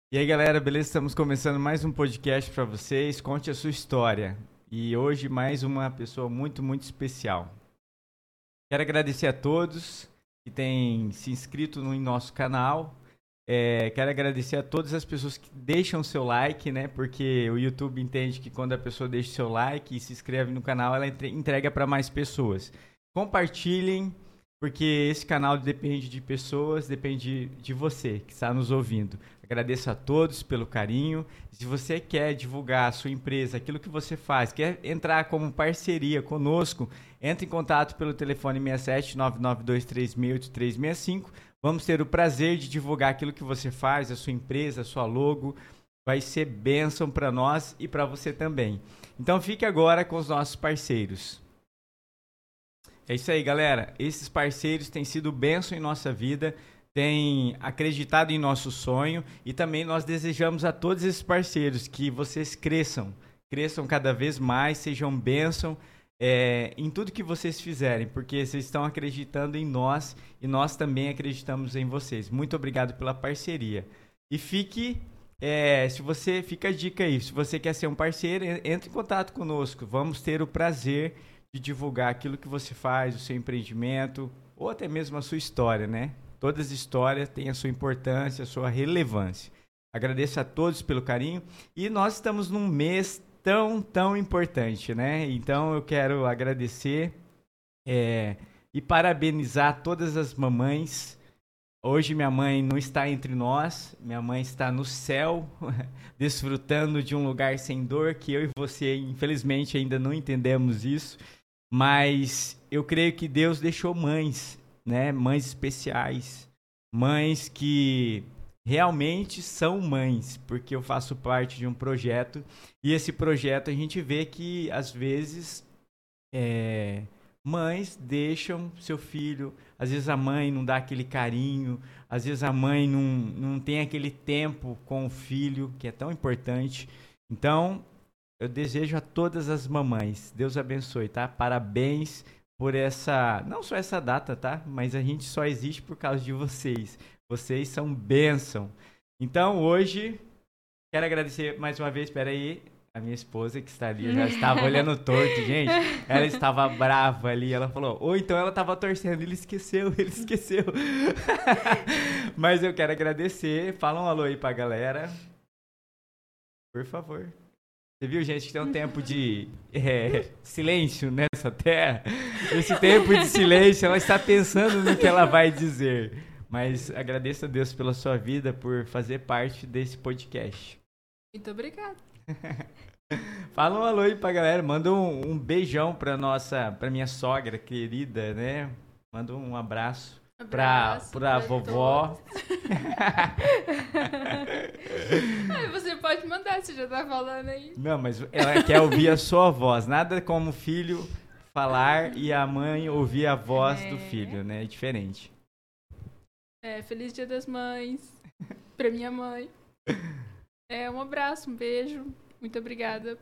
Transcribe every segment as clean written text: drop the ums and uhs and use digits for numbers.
E aí, galera, beleza? Estamos começando mais um podcast para vocês. Conte a sua história. E hoje mais uma pessoa muito, muito especial. Quero agradecer a todos que têm se inscrito no nosso canal. Quero agradecer a todas as pessoas que deixam seu like, né? Porque o YouTube entende que quando a pessoa deixa seu like e se inscreve no canal, ela entrega para mais pessoas. Compartilhem, porque esse canal depende de pessoas, depende de você que está nos ouvindo. Agradeço a todos pelo carinho. Se você quer divulgar a sua empresa, aquilo que você faz, quer entrar como parceria conosco, entre em contato pelo telefone 67 992368365. Vamos ter o prazer de divulgar aquilo que você faz, a sua empresa, a sua logo. Vai ser bênção para nós e para você também. Então fique agora com os nossos parceiros. É isso aí, galera. Esses parceiros têm sido bênção em nossa vida, têm acreditado em nosso sonho e também nós desejamos a todos esses parceiros que vocês cresçam cada vez mais, sejam bênção em tudo que vocês fizerem, porque vocês estão acreditando em nós e nós também acreditamos em vocês. Muito obrigado pela parceria. E fica a dica aí, se você quer ser um parceiro, entre em contato conosco. Vamos ter o prazer de divulgar aquilo que você faz, o seu empreendimento ou até mesmo a sua história, né? Todas as histórias têm a sua importância, a sua relevância. Agradeço a todos pelo carinho e nós estamos num mês tão importante, né? Então eu quero agradecer e parabenizar todas as mamães. Hoje minha mãe não está entre nós, minha mãe está no céu, desfrutando de um lugar sem dor, que eu e você, infelizmente, ainda não entendemos isso, mas eu creio que Deus deixou mães, né? Mães especiais, mães que realmente são mães, porque eu faço parte de um projeto e esse projeto a gente vê que às vezes mães deixam seu filho, às vezes a mãe não dá aquele carinho, às vezes a mãe não tem aquele tempo com o filho, que é tão importante. Então, eu desejo a todas as mamães, Deus abençoe, tá? Parabéns por não só essa data, tá? Mas a gente só existe por causa de vocês. Vocês são bênção. Então, hoje, quero agradecer mais uma vez, espera aí, a minha esposa que está ali, eu já estava olhando torto, gente. Ela estava brava ali, ela falou, ou então ela estava torcendo, ele esqueceu. Mas eu quero agradecer, fala um alô aí pra galera. Por favor. Você viu, gente, que tem um tempo de silêncio nessa terra? Esse tempo de silêncio, ela está pensando no que ela vai dizer. Mas agradeço a Deus pela sua vida, por fazer parte desse podcast. Muito obrigada. Fala um alô aí pra galera, manda um beijão pra minha sogra querida, né? Manda um abraço pra vovó. Você pode mandar, você já tá falando aí. Não, mas ela quer ouvir a sua voz. Nada como o filho falar e a mãe ouvir a voz do filho, né? É diferente. Feliz Dia das Mães pra minha mãe. Um abraço, um beijo. Muito obrigada.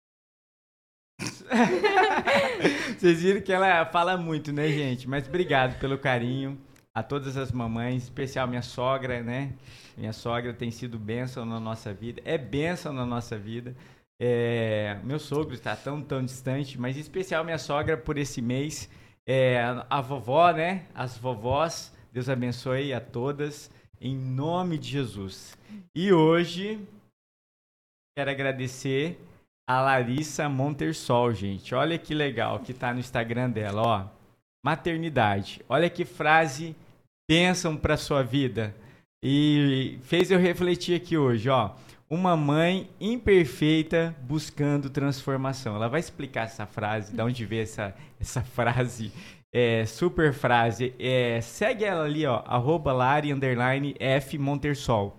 Vocês viram que ela fala muito, né, gente? Mas obrigado pelo carinho a todas as mamães, em especial minha sogra, né? Minha sogra tem sido bênção na nossa vida, é bênção na nossa vida. Meu sogro está tão distante, mas em especial minha sogra por esse mês. A vovó, né? As vovós, Deus abençoe a todas, em nome de Jesus. E hoje, quero agradecer a Larissa Montersol, gente. Olha que legal que tá no Instagram dela, ó. Maternidade. Olha que frase bênção para sua vida. E fez eu refletir aqui hoje, ó. Uma mãe imperfeita buscando transformação. Ela vai explicar essa frase, de onde veio essa frase, super frase. Segue ela ali, ó, @Lari_F Montersol.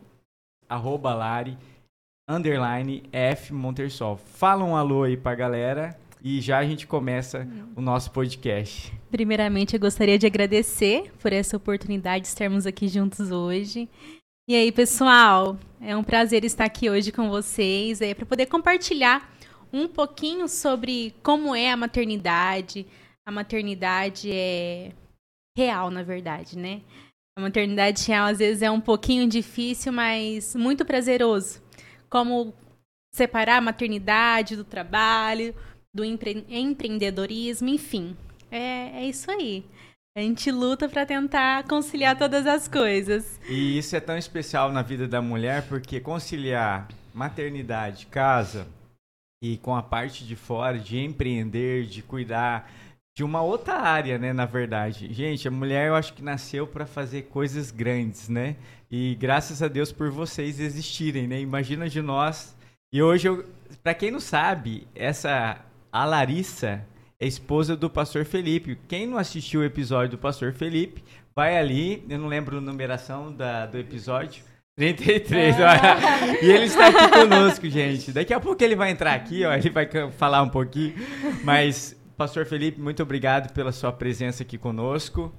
@Lari_F Montersol. Fala um alô aí pra galera e já a gente começa o nosso podcast. Primeiramente, eu gostaria de agradecer por essa oportunidade de estarmos aqui juntos hoje. E aí, pessoal, é um prazer estar aqui hoje com vocês, para poder compartilhar um pouquinho sobre como é a maternidade. A maternidade é real, na verdade, né? A maternidade real, às vezes, é um pouquinho difícil, mas muito prazeroso. Como separar a maternidade do trabalho, do empreendedorismo, enfim. É isso aí. A gente luta para tentar conciliar todas as coisas. E isso é tão especial na vida da mulher, porque conciliar maternidade, casa e com a parte de fora, de empreender, de cuidar de uma outra área, né, na verdade. Gente, a mulher eu acho que nasceu para fazer coisas grandes, né? E graças a Deus por vocês existirem, né? Imagina de nós. E hoje, para quem não sabe, a Larissa é esposa do pastor Felipe. Quem não assistiu o episódio do pastor Felipe, vai ali, eu não lembro a numeração do episódio, 33, olha. E ele está aqui conosco, gente. Daqui a pouco ele vai entrar aqui, ó, ele vai falar um pouquinho. Mas, pastor Felipe, muito obrigado pela sua presença aqui conosco.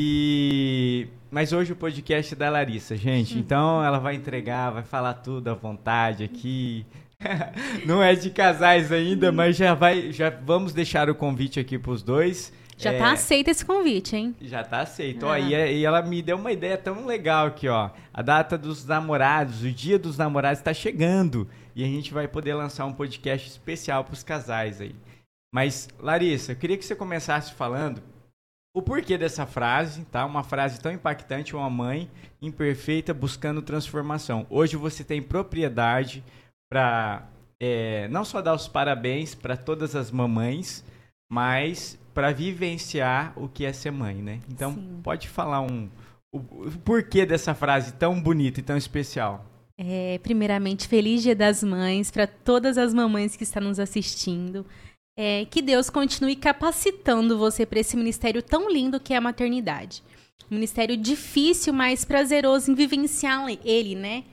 Mas hoje o podcast é da Larissa, gente. Então ela vai entregar, vai falar tudo à vontade aqui. Não é de casais ainda, mas já vamos deixar o convite aqui para os dois. Já tá aceito esse convite, hein? Já tá aceito. Ó, e ela me deu uma ideia tão legal aqui, ó. A data dos namorados, o dia dos namorados está chegando. E a gente vai poder lançar um podcast especial para os casais aí. Mas, Larissa, eu queria que você começasse falando o porquê dessa frase, tá? Uma frase tão impactante, uma mãe imperfeita buscando transformação. Hoje você tem propriedade para não só dar os parabéns para todas as mamães, mas para vivenciar o que é ser mãe, né? Então, sim, pode falar o porquê dessa frase tão bonita e tão especial. Primeiramente, feliz Dia das Mães para todas as mamães que estão nos assistindo. Que Deus continue capacitando você para esse ministério tão lindo que é a maternidade. Um ministério difícil, mas prazeroso em vivenciar ele, né?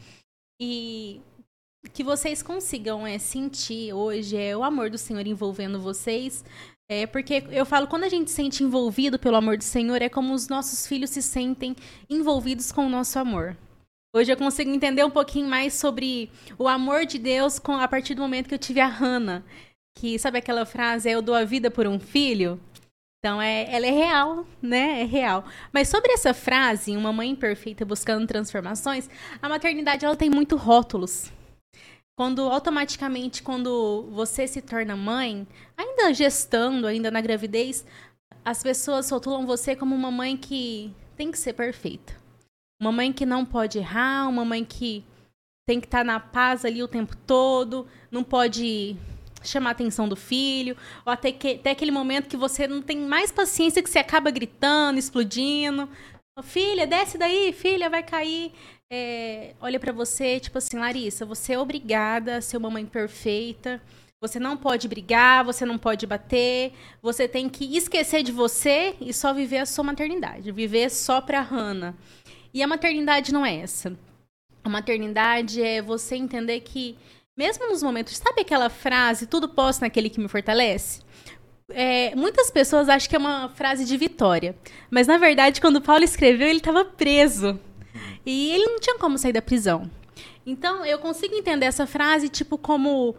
E que vocês consigam sentir hoje o amor do Senhor envolvendo vocês. Porque eu falo, quando a gente se sente envolvido pelo amor do Senhor, é como os nossos filhos se sentem envolvidos com o nosso amor. Hoje eu consigo entender um pouquinho mais sobre o amor de Deus a partir do momento que eu tive a Hannah. Que, sabe aquela frase, eu dou a vida por um filho? Então, ela é real, né? É real. Mas sobre essa frase, uma mãe imperfeita buscando transformações, a maternidade ela tem muito rótulos. Automaticamente, quando você se torna mãe, ainda gestando, ainda na gravidez, as pessoas rotulam você como uma mãe que tem que ser perfeita. Uma mãe que não pode errar, uma mãe que tem que estar na paz ali o tempo todo, não pode chamar a atenção do filho, ou até aquele momento que você não tem mais paciência, que você acaba gritando, explodindo. Filha, desce daí, filha, vai cair. Olha pra você, tipo assim, Larissa, você é obrigada a ser uma mãe perfeita. Você não pode brigar, você não pode bater. Você tem que esquecer de você e só viver a sua maternidade. Viver só pra Hannah. E a maternidade não é essa. A maternidade é você entender que, mesmo nos momentos... Sabe aquela frase, tudo posso naquele que me fortalece? Muitas pessoas acham que é uma frase de vitória. Mas, na verdade, quando Paulo escreveu, ele estava preso. E ele não tinha como sair da prisão. Então, eu consigo entender essa frase, tipo, como...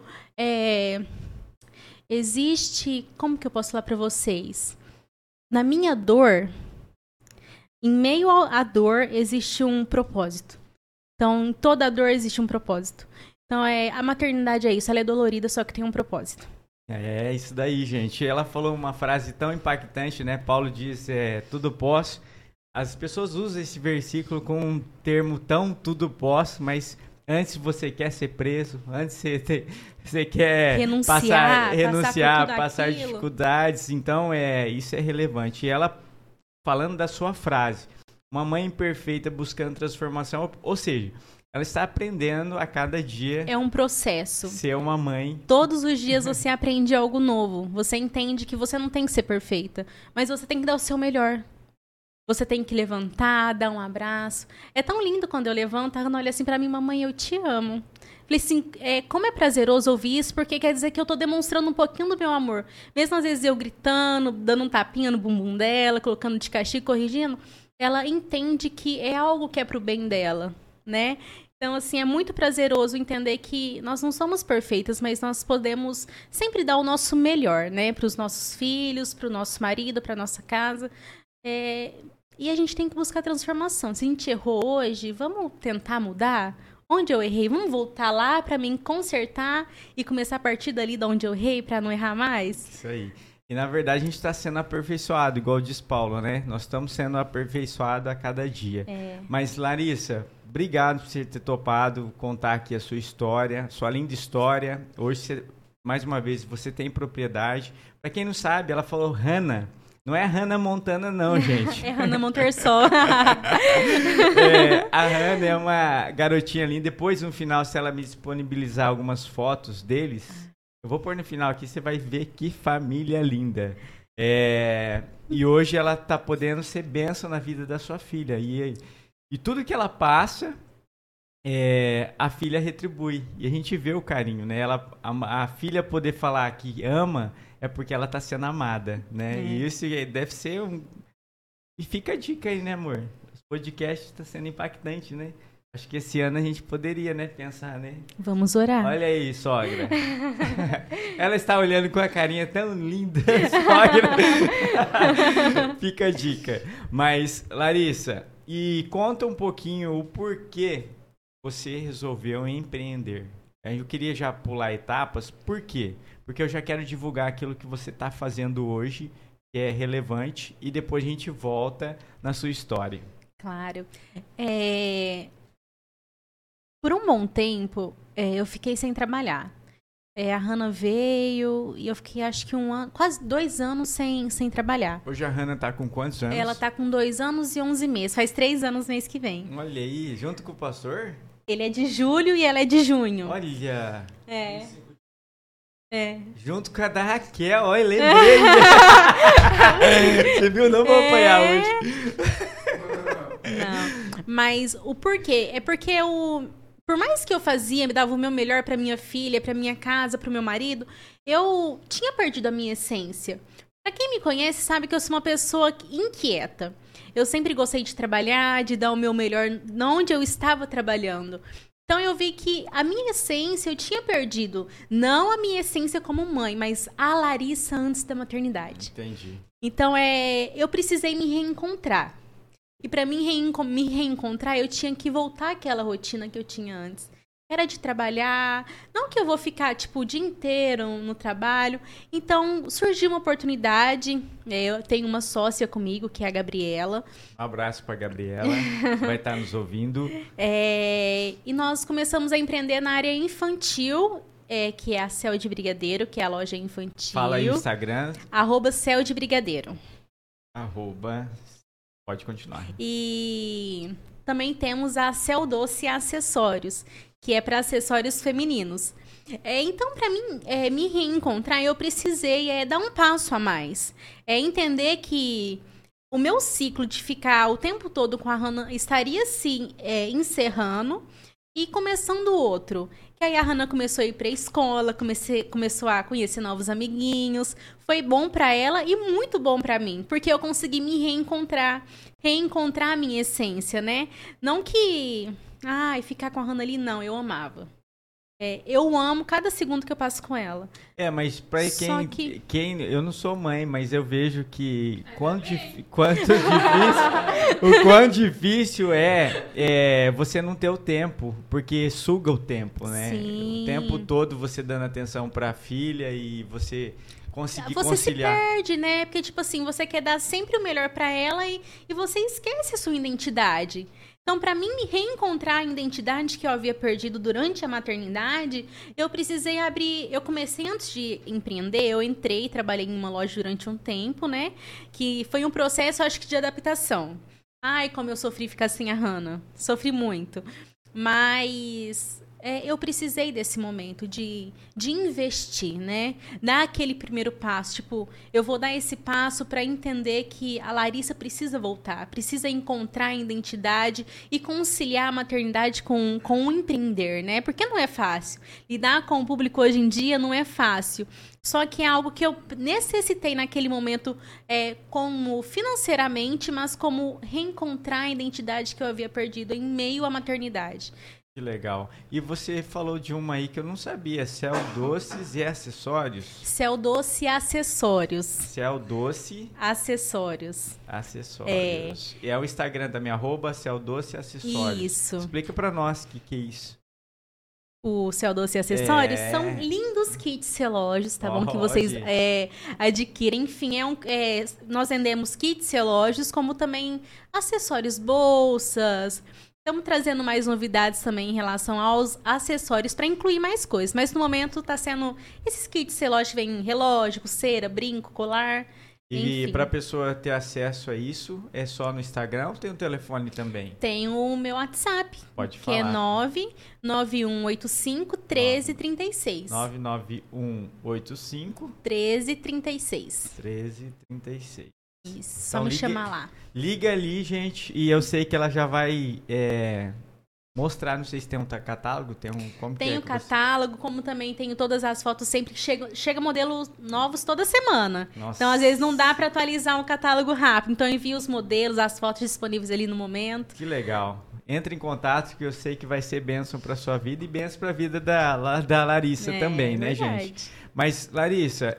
existe... Como que eu posso falar para vocês? Na minha dor, em meio à dor, existe um propósito. Então, em toda dor existe um propósito. Então, a maternidade é isso. Ela é dolorida, só que tem um propósito. É isso daí, gente. Ela falou uma frase tão impactante, né? Paulo diz, tudo posso. As pessoas usam esse versículo com um termo tão tudo posso, mas antes você quer ser preso, antes você quer renunciar, passar dificuldades. Então, isso é relevante. E ela, falando da sua frase, uma mãe imperfeita buscando transformação, ou seja, ela está aprendendo a cada dia. É um processo. Ser uma mãe. Todos os dias você aprende algo novo. Você entende que você não tem que ser perfeita, mas você tem que dar o seu melhor. Você tem que levantar, dar um abraço. É tão lindo quando eu levanto, a Ana olha assim pra mim, mamãe, eu te amo. Falei assim, como é prazeroso ouvir isso, porque quer dizer que eu tô demonstrando um pouquinho do meu amor. Mesmo às vezes eu gritando, dando um tapinha no bumbum dela, colocando de castigo, corrigindo, ela entende que é algo que é pro bem dela, né? Então, assim, é muito prazeroso entender que nós não somos perfeitas, mas nós podemos sempre dar o nosso melhor, né? Para os nossos filhos, para o nosso marido, para nossa casa. E a gente tem que buscar transformação. Se a gente errou hoje, vamos tentar mudar? Onde eu errei, vamos voltar lá para mim consertar e começar a partir dali de onde eu errei para não errar mais? Isso aí. E na verdade a gente está sendo aperfeiçoado, igual diz Paulo, né? Nós estamos sendo aperfeiçoados a cada dia. Mas Larissa, obrigado por você ter topado contar aqui a sua história, sua linda história. Hoje, mais uma vez, você tem propriedade. Para quem não sabe, ela falou Hannah. Não é a Hannah Montana, não, gente. É Hannah Montersol. A Hannah é uma garotinha linda. Depois, no final, se ela me disponibilizar algumas fotos deles, eu vou pôr no final aqui, você vai ver que família linda. E hoje ela tá podendo ser bênção na vida da sua filha. E tudo que ela passa, a filha retribui. E a gente vê o carinho, né? A filha poder falar que ama é porque ela tá sendo amada, né? E isso deve ser E fica a dica aí, né, amor? O podcast tá sendo impactante, né? Acho que esse ano a gente poderia, né, pensar, né? Vamos orar. Olha aí, sogra. Ela está olhando com a carinha tão linda, sogra. Fica a dica. Mas, Larissa, e conta um pouquinho o porquê você resolveu empreender. Eu queria já pular etapas. Por quê? Porque eu já quero divulgar aquilo que você está fazendo hoje, que é relevante, e depois a gente volta na sua história. Claro. Por um bom tempo, eu fiquei sem trabalhar. A Hannah veio e eu fiquei, acho que quase 2 anos sem trabalhar. Hoje a Hannah tá com quantos anos? Ela tá com 2 anos e 11 meses. Faz 3 anos mês que vem. Olha aí, junto com o pastor? Ele é de julho e ela é de junho. Olha. Junto com a da Raquel, olha, lembrei. Você viu? Não vou apanhar hoje. Não, mas o porquê? É porque por mais que eu fazia, me dava o meu melhor pra minha filha, pra minha casa, pro meu marido, eu tinha perdido a minha essência. Pra quem me conhece sabe que eu sou uma pessoa inquieta. Eu sempre gostei de trabalhar, de dar o meu melhor onde eu estava trabalhando. Então eu vi que a minha essência eu tinha perdido. Não a minha essência como mãe, mas a Larissa antes da maternidade. Entendi. Então eu precisei me reencontrar. E para mim me reencontrar, eu tinha que voltar àquela rotina que eu tinha antes. Era de trabalhar, não que eu vou ficar o dia inteiro no trabalho. Então surgiu uma oportunidade. Eu tenho uma sócia comigo, que é a Gabriela. Um abraço para a Gabriela, vai estar nos ouvindo. E nós começamos a empreender na área infantil, que é a Céu de Brigadeiro, que é a loja infantil. Fala aí o Instagram. @Céu de Brigadeiro. Pode continuar. E também temos a Céu Doce Acessórios, que é para acessórios femininos. Então, para mim, me reencontrar, eu precisei dar um passo a mais. Entender que o meu ciclo de ficar o tempo todo com a Hannah estaria, sim, encerrando e começando outro. Que aí a Hannah começou a ir para a escola, começou a conhecer novos amiguinhos. Foi bom para ela e muito bom para mim, porque eu consegui me reencontrar a minha essência, né? Não que... ficar com a Hannah ali, não, eu amava. Eu amo cada segundo que eu passo com ela. Mas pra quem eu não sou mãe, mas eu vejo que o quão difícil é você não ter o tempo, porque suga o tempo, né? Sim. O tempo todo você dando atenção pra filha e você conseguir você conciliar. Você se perde, né? Porque, você quer dar sempre o melhor pra ela e você esquece a sua identidade. Então, para mim me reencontrar a identidade que eu havia perdido durante a maternidade, eu precisei abrir... Eu comecei antes de empreender, eu entrei, trabalhei em uma loja durante um tempo, né? Que foi um processo, acho que, de adaptação. Como eu sofri ficar sem a Hannah. Sofri muito. Mas... eu precisei desse momento de investir, né? Dar aquele primeiro passo. Eu vou dar esse passo para entender que a Larissa precisa voltar, precisa encontrar a identidade e conciliar a maternidade com o empreender, né? Porque não é fácil. Lidar com o público hoje em dia não é fácil. Só que é algo que eu necessitei naquele momento, como financeiramente, mas como reencontrar a identidade que eu havia perdido em meio à maternidade. Que legal. E você falou de uma aí que eu não sabia, Céu Doces e Acessórios. Céu Doce Acessórios. Céu Doce Acessórios. Acessórios. E é o Instagram da minha Céu Doce Acessórios. Isso. Explica pra nós o que é isso. O Céu Doce e Acessórios É. são lindos kits relógios, tá bom? Que Ó, vocês gente. adquirem. Enfim, nós vendemos kits relógios, como também acessórios, bolsas. Estamos trazendo mais novidades também em relação aos acessórios para incluir mais coisas. Mas no momento tá sendo esses kits relógios, vem relógio, pulseira, brinco, colar. E Enfim. para a pessoa ter acesso a isso, é só no Instagram ou tem um telefone também? Tem o meu WhatsApp, Pode que é falar. 99185 1336. 99185 1336. 1336. Isso, Então, só me ligue- chamar lá. Liga ali, gente, e eu sei que ela já vai mostrar, não sei se tem um catálogo, como que Tem é o que você- catálogo, como também tenho todas as fotos sempre que chega modelos novos toda semana. Nossa. Então, às vezes, não dá para atualizar o catálogo rápido. Então, eu envio os modelos, as fotos disponíveis ali no momento. Que legal. Entre em contato que eu sei que vai ser bênção para sua vida e bênção para a vida da Larissa também, né, verdade. gente? Mas, Larissa,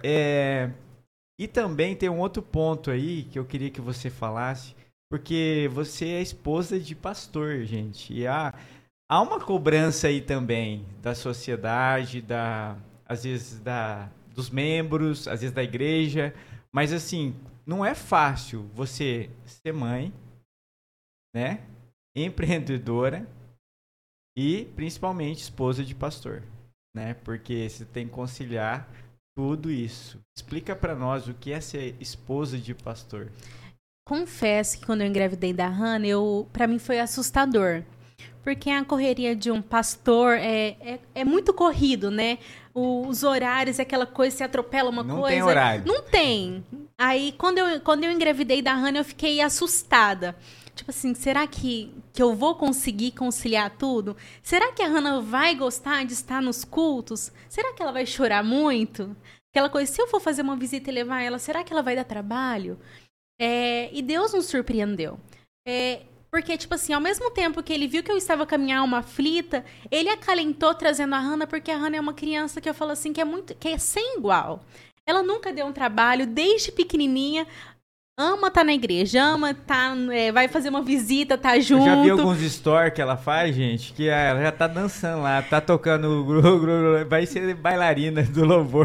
e também tem um outro ponto aí que eu queria que você falasse, porque você é esposa de pastor, gente. E há uma cobrança aí também da sociedade, às vezes dos membros, às vezes da igreja. Mas assim, não é fácil você ser mãe, né? Empreendedora e principalmente esposa de pastor, né? Porque você tem que conciliar tudo isso. Explica pra nós o que é ser esposa de pastor. Confesso que quando eu engravidei da Hannah, para mim foi assustador. Porque a correria de um pastor é muito corrido, né? Os horários, aquela coisa, se atropela uma Não coisa. tem horário. Não tem. Aí, quando eu engravidei da Hannah, eu fiquei assustada. Tipo assim, será que eu vou conseguir conciliar tudo? Será que a Hannah vai gostar de estar nos cultos? Será que ela vai chorar muito? Aquela coisa, se eu for fazer uma visita e levar ela, será que ela vai dar trabalho? E Deus nos surpreendeu. Porque, tipo assim, ao mesmo tempo que ele viu que eu estava com a minha alma aflita, ele acalentou trazendo a Hannah, porque a Hannah é uma criança que eu falo assim, que é sem igual. Ela nunca deu um trabalho, desde pequenininha, ama estar na igreja, vai fazer uma visita, tá junto. Eu já vi alguns stories que ela faz, gente, que ela já tá dançando lá, tá tocando, vai ser bailarina do louvor.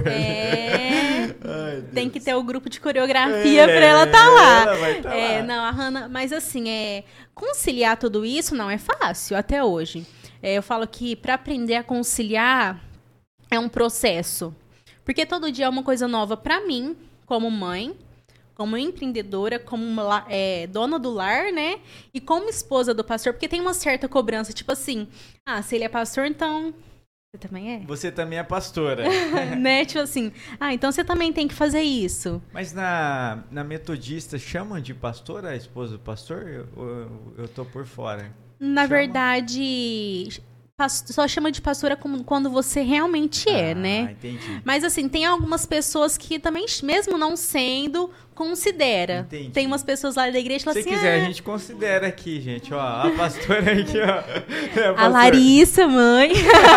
Ai, Tem que ter o grupo de coreografia pra ela estar lá. Ela vai tá lá. Não, a Hannah, mas assim, conciliar tudo isso não é fácil até hoje. Eu falo que para aprender a conciliar é um processo. Porque todo dia é uma coisa nova pra mim, como mãe, como empreendedora, como dona do lar, né? E como esposa do pastor, porque tem uma certa cobrança, tipo assim, se ele é pastor, então você também é? Você também é pastora. Né? Tipo assim, então você também tem que fazer isso. Mas na Metodista chamam de pastora a esposa do pastor? Eu tô por fora. Na Chama? verdade, só chama de pastora quando você realmente né? Entendi. Mas assim, tem algumas pessoas que também, mesmo não sendo, considera. Entendi. Tem umas pessoas lá da igreja que falam Se assim, quiser, a gente considera aqui, gente. Ó, a pastora aqui, ó. É, a pastor. Larissa, mãe.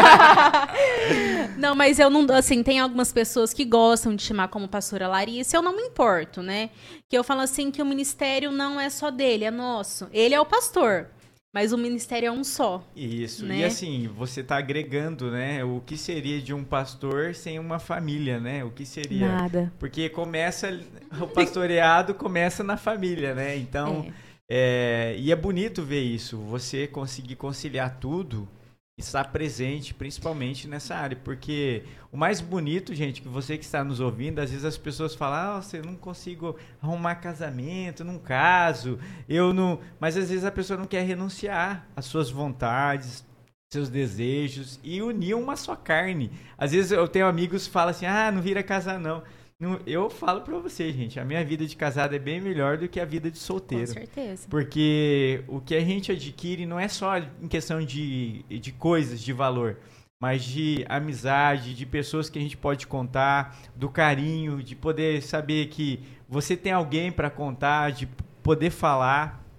Não, mas eu não, assim, tem algumas pessoas que gostam de chamar como pastora Larissa, eu não me importo, né? Que eu falo assim que o ministério não é só dele, é nosso. Ele é o pastor, mas o ministério é um só. Isso. Né? E assim, você tá agregando, né? O que seria de um pastor sem uma família, né? O que seria? Nada. Porque o pastoreado começa na família, né? Então, e é bonito ver isso, você conseguir conciliar tudo e estar presente, principalmente nessa área, porque o mais bonito, gente, que você que está nos ouvindo, às vezes as pessoas falam, eu não consigo arrumar casamento, não caso, eu não... Mas às vezes a pessoa não quer renunciar às suas vontades, seus desejos e unir uma só carne. Às vezes eu tenho amigos que falam assim, não vira casar não. Eu falo pra você, gente, a minha vida de casado é bem melhor do que a vida de solteiro. Com certeza. Porque o que a gente adquire não é só em questão de coisas, de valor, mas de amizade, de pessoas que a gente pode contar, do carinho, de poder saber que você tem alguém para contar, de poder falar.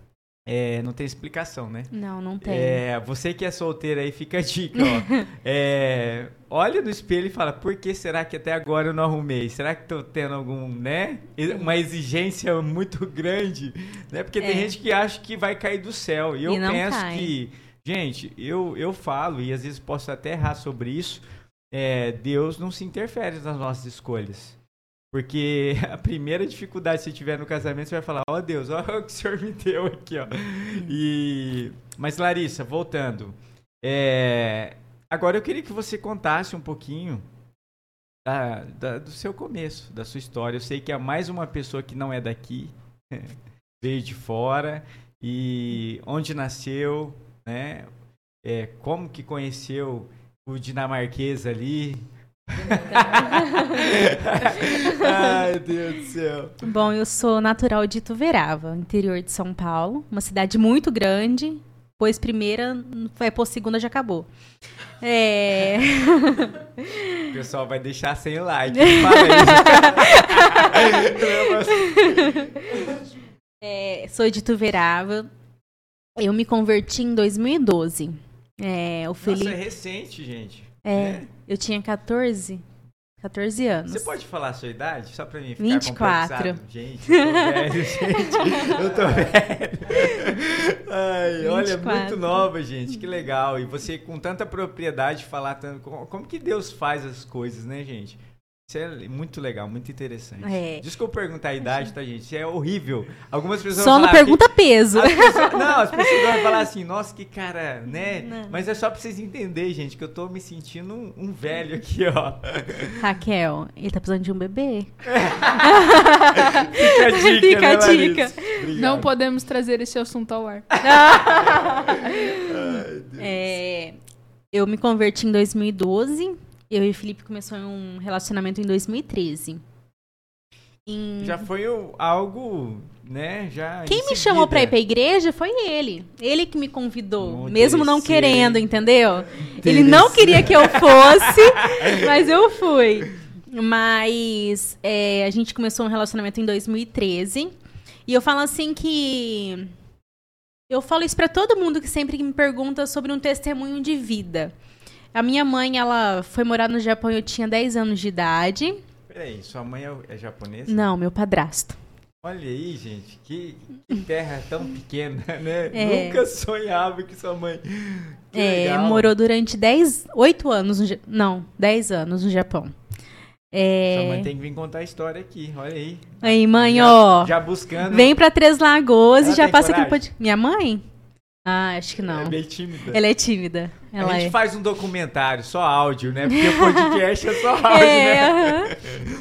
não tem explicação, né? Não tem. Você que é solteira aí, fica a dica, ó. Olha no espelho e fala, por que será que até agora eu não arrumei? Será que tô tendo algum, né? Uma exigência muito grande, né? Porque tem gente que acha que vai cair do céu. E eu penso que, gente, eu falo, e às vezes posso até errar sobre isso, Deus não se interfere nas nossas escolhas. Porque a primeira dificuldade que você tiver no casamento, você vai falar, ó Deus, ó o que o Senhor me deu aqui, ó. Mas Larissa, voltando, agora eu queria que você contasse um pouquinho do seu começo, da sua história. Eu sei que há mais uma pessoa que não é daqui, veio de fora, e onde nasceu, né? Como que conheceu o dinamarquês ali. Ai, Deus do céu. Bom, eu sou natural de Ituverava, interior de São Paulo, uma cidade muito grande, pois primeira, pôr segunda já acabou. O pessoal vai deixar sem like. Sou de Ituverava. Eu me converti em 2012. Nossa, é recente, gente. Eu tinha 14 anos. Você pode falar a sua idade? Só pra mim ficar 24. complexado? Gente, eu tô velho, gente. Eu tô velho. Ai, olha, muito nova, gente. Que legal. E você com tanta propriedade falar tanto... Como que Deus faz as coisas, né, gente? Isso é muito legal, muito interessante. Desculpa perguntar a idade, tá, gente? Isso é horrível. Algumas pessoas só vão não pergunta peso. As pessoas vão falar assim, nossa, que cara, né? Não. Mas é só pra vocês entenderem, gente, que eu tô me sentindo um velho aqui, ó. Raquel, ele tá precisando de um bebê. Fica a dica, Fica a né, dica. Não podemos trazer esse assunto ao ar. Eu me converti em 2012. Eu e o Felipe começamos um relacionamento em 2013. Já foi algo, né? Quem me chamou pra ir pra igreja foi ele. Ele que me convidou, mesmo não querendo, entendeu? Ele não queria que eu fosse, mas eu fui. Mas a gente começou um relacionamento em 2013. E eu falo assim que... Eu falo isso pra todo mundo que sempre me pergunta sobre um testemunho de vida. A minha mãe, ela foi morar no Japão, eu tinha 10 anos de idade. Peraí, sua mãe é japonesa? Não, meu padrasto. Olha aí, gente, que terra tão pequena, né? Nunca sonhava que sua mãe... legal. Morou durante 8 anos, 10 anos no Japão. Sua mãe tem que vir contar a história aqui, olha aí. Aí, mãe, já buscando... Vem pra Três Lagoas e já passa coragem? aqui. Minha mãe? Acho que não. É bem tímida. Ela é tímida. A gente faz um documentário, só áudio, né? Porque o podcast é só áudio, né?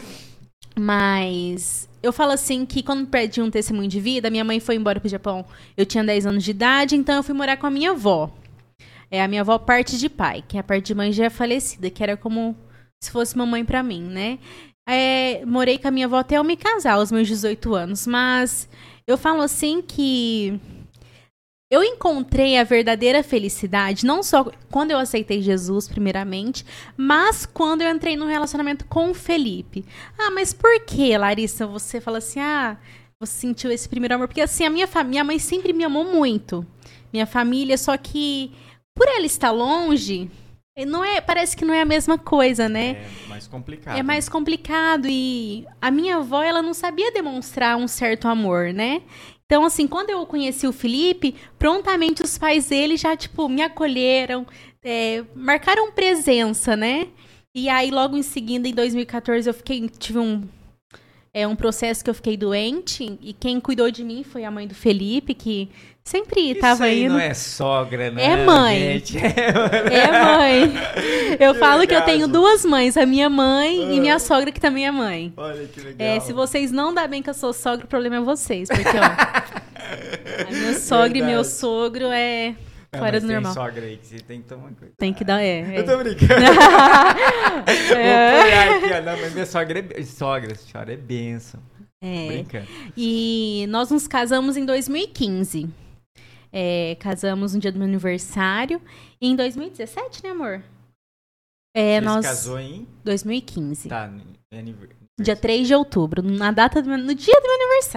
Mas eu falo assim que quando perdi um testemunho de vida, minha mãe foi embora pro Japão. Eu tinha 10 anos de idade, então eu fui morar com a minha avó. A minha avó parte de pai, que a parte de mãe já é falecida, que era como se fosse mamãe pra mim, né? Morei com a minha avó até eu me casar, aos meus 18 anos. Mas eu falo assim que... Eu encontrei a verdadeira felicidade, não só quando eu aceitei Jesus, primeiramente, mas quando eu entrei num relacionamento com o Felipe. Mas por que, Larissa, você fala assim, você sentiu esse primeiro amor? Porque assim, minha mãe sempre me amou muito, minha família, só que por ela estar longe, parece que não é a mesma coisa, né? É mais complicado. É mais complicado e a minha avó, ela não sabia demonstrar um certo amor, né? Então, assim, quando eu conheci o Felipe, prontamente os pais dele já, me acolheram, marcaram presença, né? E aí, logo em seguida, em 2014, tive um processo que eu fiquei doente, e quem cuidou de mim foi a mãe do Felipe, que sempre estava indo. Isso aí não é sogra, né? É mãe. Gente. É mãe. Eu falo que eu tenho 2 mães, a minha mãe e minha sogra, que também é mãe. Olha que legal. Se vocês não dão bem que eu sou sogra, o problema é vocês, porque, a minha sogra e meu sogro fora do normal. Tem sogra aí que você tem que tomar cuidado. Tem que dar, Eu tô brincando. Vou olhar aqui, ó. Não, mas minha sogra senhora é bênção. Brincando. E nós nos casamos em 2015. Casamos no dia do meu aniversário. E em 2017, né, amor? Você casou em? 2015. Tá, dia 3 de outubro, no dia do meu aniversário.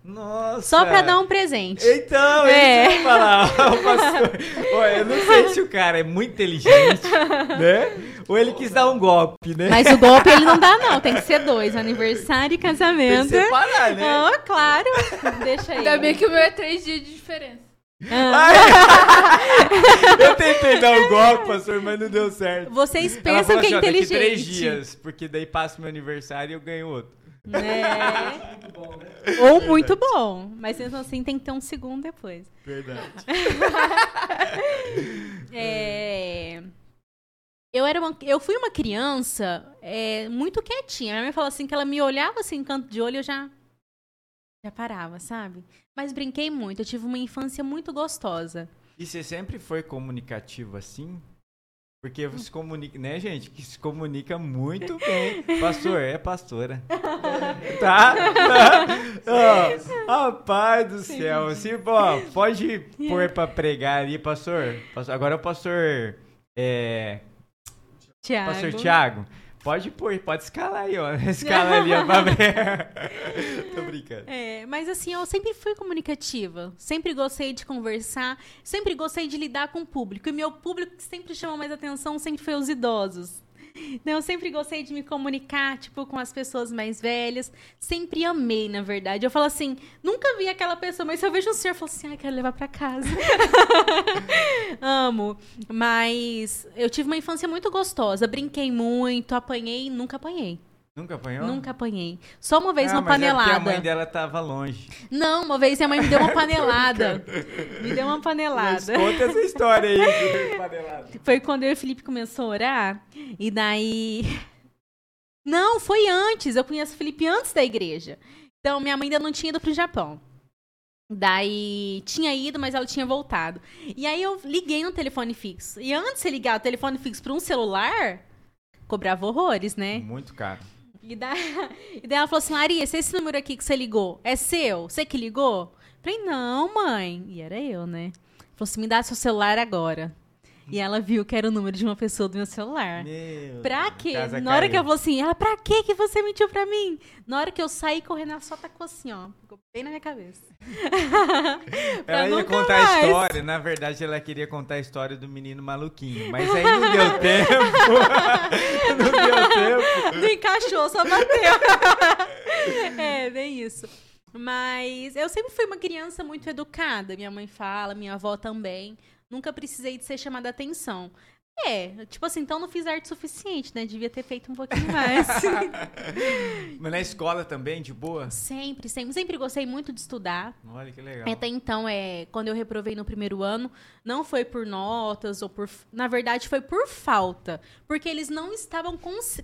Nossa! Só pra dar um presente. Então, isso que eu ia falar. O pastor, olha, eu não sei se o cara é muito inteligente, né? Ou ele quis dar um golpe, né? Mas o golpe ele não dá, não. Tem que ser 2. Aniversário e casamento. Tem que separar, né? Ah, claro. Deixa aí. Ainda bem que o meu é 3 dias de diferença. Eu tentei dar um golpe, pastor, mas não deu certo. Vocês Ela pensam falou que é assim, ó, inteligente. daqui 3 dias, porque daí passa o meu aniversário e eu ganho outro. É. Ou muito bom. Mas mesmo assim tem que ter um segundo depois. Verdade. Eu fui uma criança muito quietinha. A minha mãe falou assim que ela me olhava assim, em canto de olho, eu já parava, sabe? Mas brinquei muito. Eu tive uma infância muito gostosa. E você sempre foi comunicativo assim? Porque você se comunica, né, gente? Que se comunica muito bem. Pastor, é pastora. Tá? Rapaz do céu. Assim, ó, pode pôr pra pregar ali, pastor. Agora é o pastor... Tiago. Pastor Tiago. Pode pôr, pode escalar aí, ó. Escala ali, ó. Tô brincando. Mas assim, eu sempre fui comunicativa. Sempre gostei de conversar. Sempre gostei de lidar com o público. E meu público que sempre chamou mais atenção sempre foi os idosos. Então, eu sempre gostei de me comunicar, tipo, com as pessoas mais velhas. Sempre amei, na verdade. Eu falo assim, nunca vi aquela pessoa, mas se eu vejo um senhor, eu falo assim, quero levar pra casa. Amo. Mas eu tive uma infância muito gostosa. Brinquei muito, apanhei, nunca apanhei. Nunca apanhou? Nunca apanhei. Só uma vez uma mas panelada. É porque a mãe dela tava longe. Não, uma vez minha mãe me deu uma panelada. Me deu uma panelada. Mas conta essa história aí de panelada. Foi quando eu e o Felipe começou a orar. E daí... Não, foi antes. Eu conheço o Felipe antes da igreja. Então, minha mãe ainda não tinha ido pro Japão. Daí, tinha ido, mas ela tinha voltado. E aí, eu liguei no telefone fixo. E antes de você ligar o telefone fixo para um celular, cobrava horrores, né? Muito caro. E daí ela falou assim, Larissa, esse número aqui que você ligou, é seu? Você que ligou? Falei, não, mãe. E era eu, né? Falou assim, me dá seu celular agora. E ela viu que era o número de uma pessoa do meu celular. Pra quê? Na hora que ela falou assim, ela, pra quê que você mentiu pra mim? Na hora que eu saí correndo, ela só tacou assim, ó. Ficou bem na minha cabeça. Ela ia contar a história. Na verdade, ela queria contar a história do menino maluquinho. Mas aí não deu tempo. Não deu tempo. Não encaixou, só bateu. Bem isso. Mas eu sempre fui uma criança muito educada. Minha mãe fala, minha avó também. Nunca precisei de ser chamada a atenção. Tipo assim, então não fiz arte suficiente, né? Devia ter feito um pouquinho mais. Mas na escola também, de boa? Sempre gostei muito de estudar. Olha que legal. Até então, quando eu reprovei no primeiro ano, não foi por notas ou por... Na verdade, foi por falta. Porque eles não estavam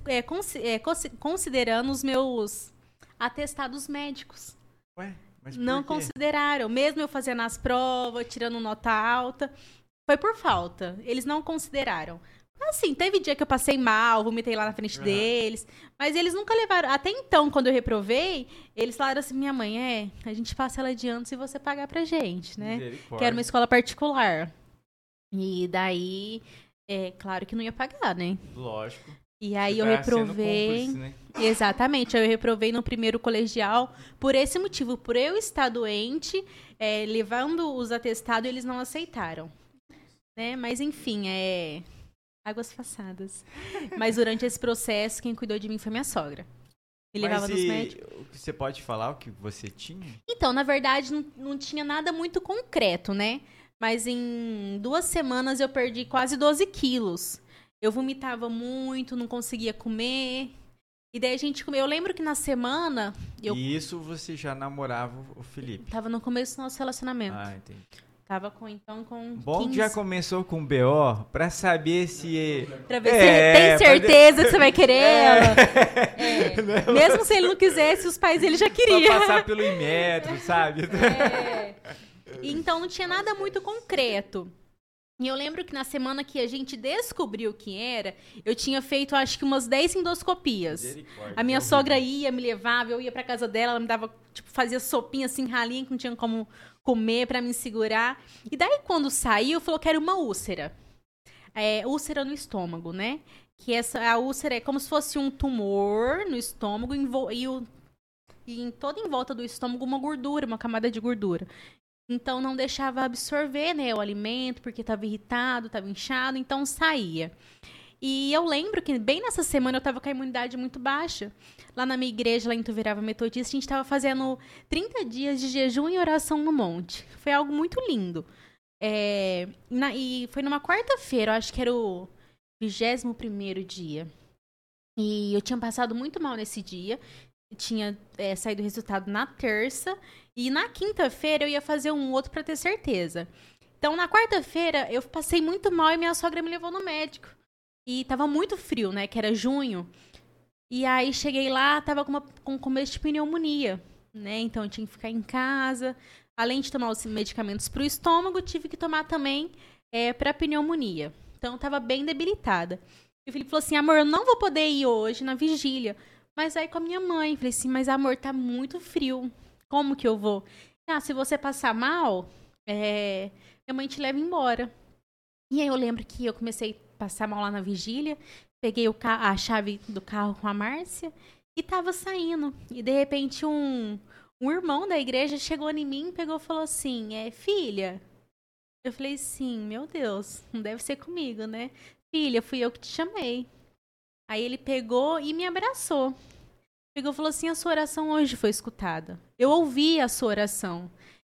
considerando os meus atestados médicos. Ué? Mas por não quê? consideraram. Mesmo eu fazendo as provas, tirando nota alta... Foi por falta. Eles não consideraram. Assim, teve dia que eu passei mal, vomitei lá na frente deles. Mas eles nunca levaram... Até então, quando eu reprovei, eles falaram assim, minha mãe, a gente passa ela adiante se você pagar pra gente, né? Que era uma escola particular. E daí, claro que não ia pagar, né? Lógico. E aí você eu reprovei... Cúmplice, né? Exatamente, eu reprovei no primeiro colegial por esse motivo. Por eu estar doente, levando os atestados, eles não aceitaram. Né? Mas, enfim, águas passadas. Mas durante esse processo, quem cuidou de mim foi minha sogra. Me levava nos médicos. Você pode falar o que você tinha? Então, na verdade, não tinha nada muito concreto, né? Mas em 2 semanas eu perdi quase 12 quilos. Eu vomitava muito, não conseguia comer. E daí a gente comeu. Eu lembro que na semana... E isso você já namorava o Felipe? Tava no começo do nosso relacionamento. Ah, entendi. Tava com Bom 15. que já começou com BO pra saber se... Pra ver se ele tem certeza que você vai querer ela. Mesmo se ele não quisesse, os pais dele já queriam. Pra passar pelo Inmetro, sabe? Então não tinha nada muito concreto. E eu lembro que na semana que a gente descobriu o que era, eu tinha feito acho que umas 10 endoscopias. A minha sogra ia, me levava, eu ia pra casa dela, ela me dava, tipo, fazia sopinha assim, ralinha, que não tinha como comer pra me segurar. E daí quando saiu, falou que era uma úlcera. Úlcera no estômago, né? Que a úlcera é como se fosse um tumor no estômago e em toda em volta do estômago uma gordura, uma camada de gordura. Então não deixava absorver, né, o alimento, porque estava irritado, estava inchado, então saía. E eu lembro que bem nessa semana eu estava com a imunidade muito baixa. Lá na minha igreja, lá em Tuverava Metodista, a gente estava fazendo 30 dias de jejum e oração no monte. Foi algo muito lindo. E foi numa quarta-feira, eu acho que era o 21º dia. E eu tinha passado muito mal nesse dia. Tinha saído o resultado na terça. E na quinta-feira eu ia fazer um outro para ter certeza. Então, na quarta-feira, eu passei muito mal e minha sogra me levou no médico. E tava muito frio, né? Que era junho. E aí, cheguei lá, tava com começo de pneumonia, né? Então, eu tinha que ficar em casa. Além de tomar os medicamentos pro estômago, tive que tomar também pra pneumonia. Então, eu tava bem debilitada. E o Felipe falou assim, amor, eu não vou poder ir hoje na vigília. Mas aí, com a minha mãe, falei assim, mas amor, tá muito frio. Como que eu vou? Se você passar mal, minha mãe te leva embora. E aí, eu lembro que eu comecei a passar mal lá na vigília. Peguei a chave do carro com a Márcia e tava saindo. E, de repente, um irmão da igreja chegou em mim, pegou e falou assim, filha. Eu falei assim, meu Deus, não deve ser comigo, né? Filha, fui eu que te chamei. Aí ele pegou e me abraçou. Pegou e falou assim, a sua oração hoje foi escutada. Eu ouvi a sua oração.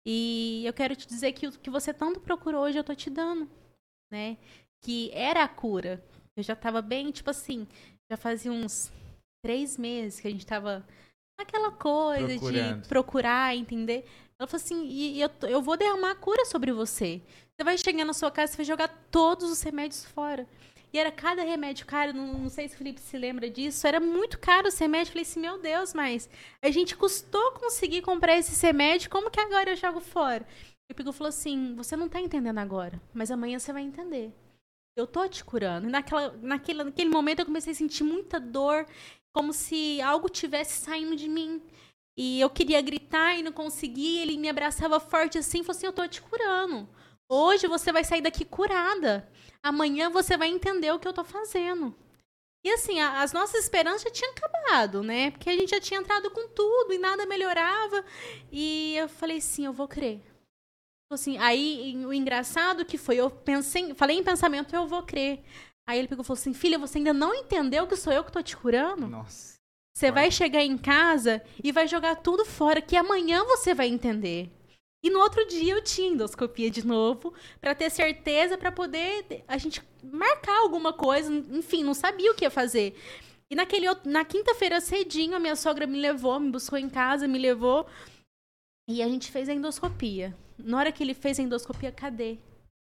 E eu quero te dizer que o que você tanto procurou hoje eu tô te dando, né? Que era a cura. Eu já tava bem, tipo assim, já fazia uns 3 meses que a gente tava naquela coisa de procurar, entender. Ela falou assim, e eu vou derramar a cura sobre você. Você vai chegar na sua casa, você vai jogar todos os remédios fora. E era cada remédio caro, não sei se o Felipe se lembra disso, era muito caro esse remédio. Eu falei assim, meu Deus, mas a gente custou conseguir comprar esse remédio, como que agora eu jogo fora? E o Pico falou assim, você não tá entendendo agora, mas amanhã você vai entender. Eu tô te curando. E naquele momento eu comecei a sentir muita dor, como se algo tivesse saindo de mim. E eu queria gritar e não conseguia. Ele me abraçava forte assim e falou assim, eu tô te curando. Hoje você vai sair daqui curada. Amanhã você vai entender o que eu tô fazendo. E assim, as nossas esperanças já tinham acabado, né? Porque a gente já tinha entrado com tudo e nada melhorava. E eu falei assim, eu vou crer. Assim, aí, o engraçado que foi, falei em pensamento, eu vou crer. Aí ele pegou e falou assim, filha, você ainda não entendeu que sou eu que tô te curando? Nossa. Você vai chegar em casa e vai jogar tudo fora, que amanhã você vai entender. E no outro dia eu tinha endoscopia de novo, pra ter certeza, pra poder a gente marcar alguma coisa, enfim, não sabia o que ia fazer. E na quinta-feira cedinho, a minha sogra me levou, me buscou em casa, me levou, e a gente fez a endoscopia. Na hora que ele fez a endoscopia, cadê?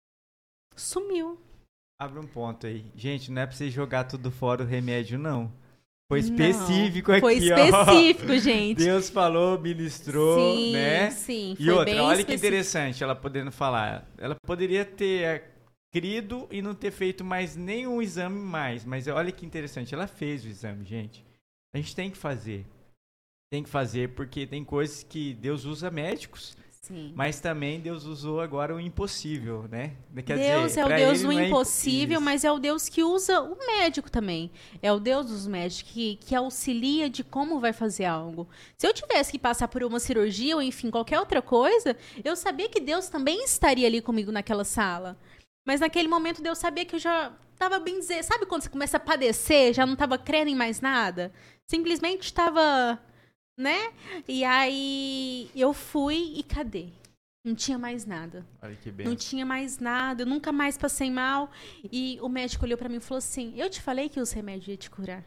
Sumiu. Abre um ponto aí. Gente, não é pra você jogar tudo fora o remédio, não. Foi específico aqui, ó. Foi específico, gente. Deus falou, ministrou, sim, né? Sim, e outra, olha que interessante ela podendo falar. Ela poderia ter crido e não ter feito mais nenhum exame mais. Mas olha que interessante, ela fez o exame, gente. A gente tem que fazer. Tem que fazer porque tem coisas que Deus usa médicos. Sim. Mas também Deus usou agora o impossível, né? Deus é o Deus do impossível, mas é o Deus que usa o médico também. É o Deus dos médicos que auxilia de como vai fazer algo. Se eu tivesse que passar por uma cirurgia ou, enfim, qualquer outra coisa, eu sabia que Deus também estaria ali comigo naquela sala. Mas naquele momento Deus sabia que eu já estava bem dizer... Sabe quando você começa a padecer, já não estava crendo em mais nada? Simplesmente estava... né? E aí eu fui e cadê? Não tinha mais nada. Olha que benção. Não tinha mais nada, eu nunca mais passei mal. E o médico olhou pra mim e falou assim, eu te falei que os remédios iam te curar.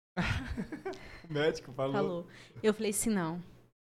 O médico falou. Eu falei assim, não.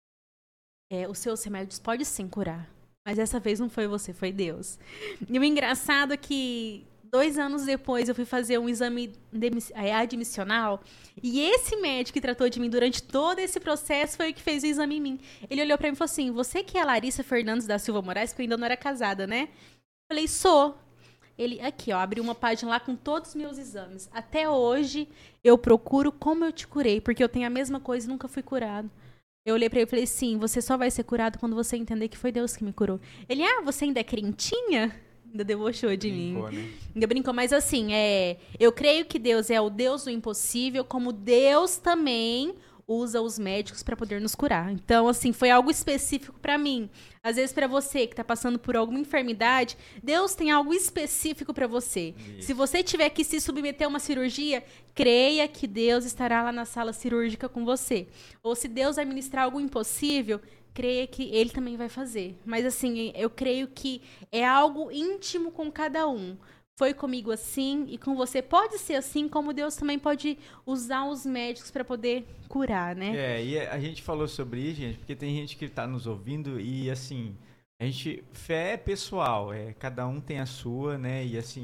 Os seus remédios podem sim curar. Mas dessa vez não foi você, foi Deus. E o engraçado é que 2 anos depois eu fui fazer um exame admissional e esse médico que tratou de mim durante todo esse processo foi o que fez o exame em mim. Ele olhou pra mim e falou assim, você que é a Larissa Fernandes da Silva Moraes, porque eu ainda não era casada, né? Eu falei, sou. Ele, aqui, ó, abriu uma página lá com todos os meus exames. Até hoje eu procuro como eu te curei, porque eu tenho a mesma coisa e nunca fui curado. Eu olhei pra ele e falei, sim, você só vai ser curado quando você entender que foi Deus que me curou. Ele, você ainda é crentinha? Ainda debochou de mim. Né? Ainda brincou, mas assim, eu creio que Deus é o Deus do impossível, como Deus também usa os médicos para poder nos curar. Então, assim, foi algo específico para mim. Às vezes, para você que está passando por alguma enfermidade, Deus tem algo específico para você. Isso. Se você tiver que se submeter a uma cirurgia, creia que Deus estará lá na sala cirúrgica com você. Ou se Deus vai ministrar algo impossível, creia que Ele também vai fazer. Mas, assim, eu creio que é algo íntimo com cada um. Foi comigo assim e com você pode ser assim, como Deus também pode usar os médicos para poder curar, né? E a gente falou sobre isso, gente, porque tem gente que está nos ouvindo e, assim, fé é pessoal, cada um tem a sua, né? E, assim,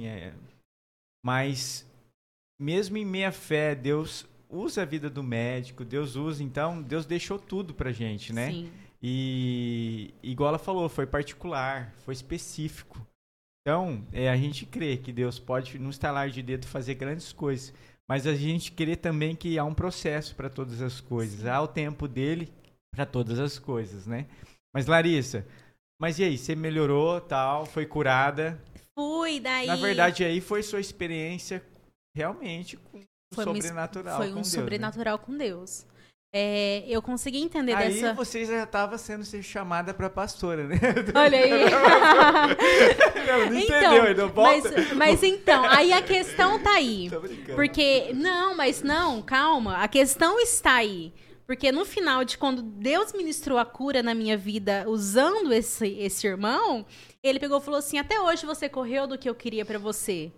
mas, mesmo em meia fé, Deus usa a vida do médico, Deus deixou tudo pra gente, né? Sim. E, igual ela falou, foi particular, foi específico. Então, a gente crê que Deus pode, no estalar de dedo, fazer grandes coisas. Mas a gente crê também que há um processo para todas as coisas. Há o tempo dele para todas as coisas, né? Mas, Larissa, e aí? Você melhorou, tal, foi curada? Fui, daí... Na verdade, aí foi sua experiência realmente com o sobrenatural com Deus. Foi um sobrenatural, né? Com Deus. Eu consegui entender aí dessa... Aí você já estava sendo chamada para pastora, né? Olha aí. Não entendeu, ainda volta. Mas então, aí a questão tá aí. Tô brincando. Porque, calma. A questão está aí. Porque no final quando Deus ministrou a cura na minha vida usando esse irmão, ele pegou e falou assim, até hoje você correu do que eu queria pra você.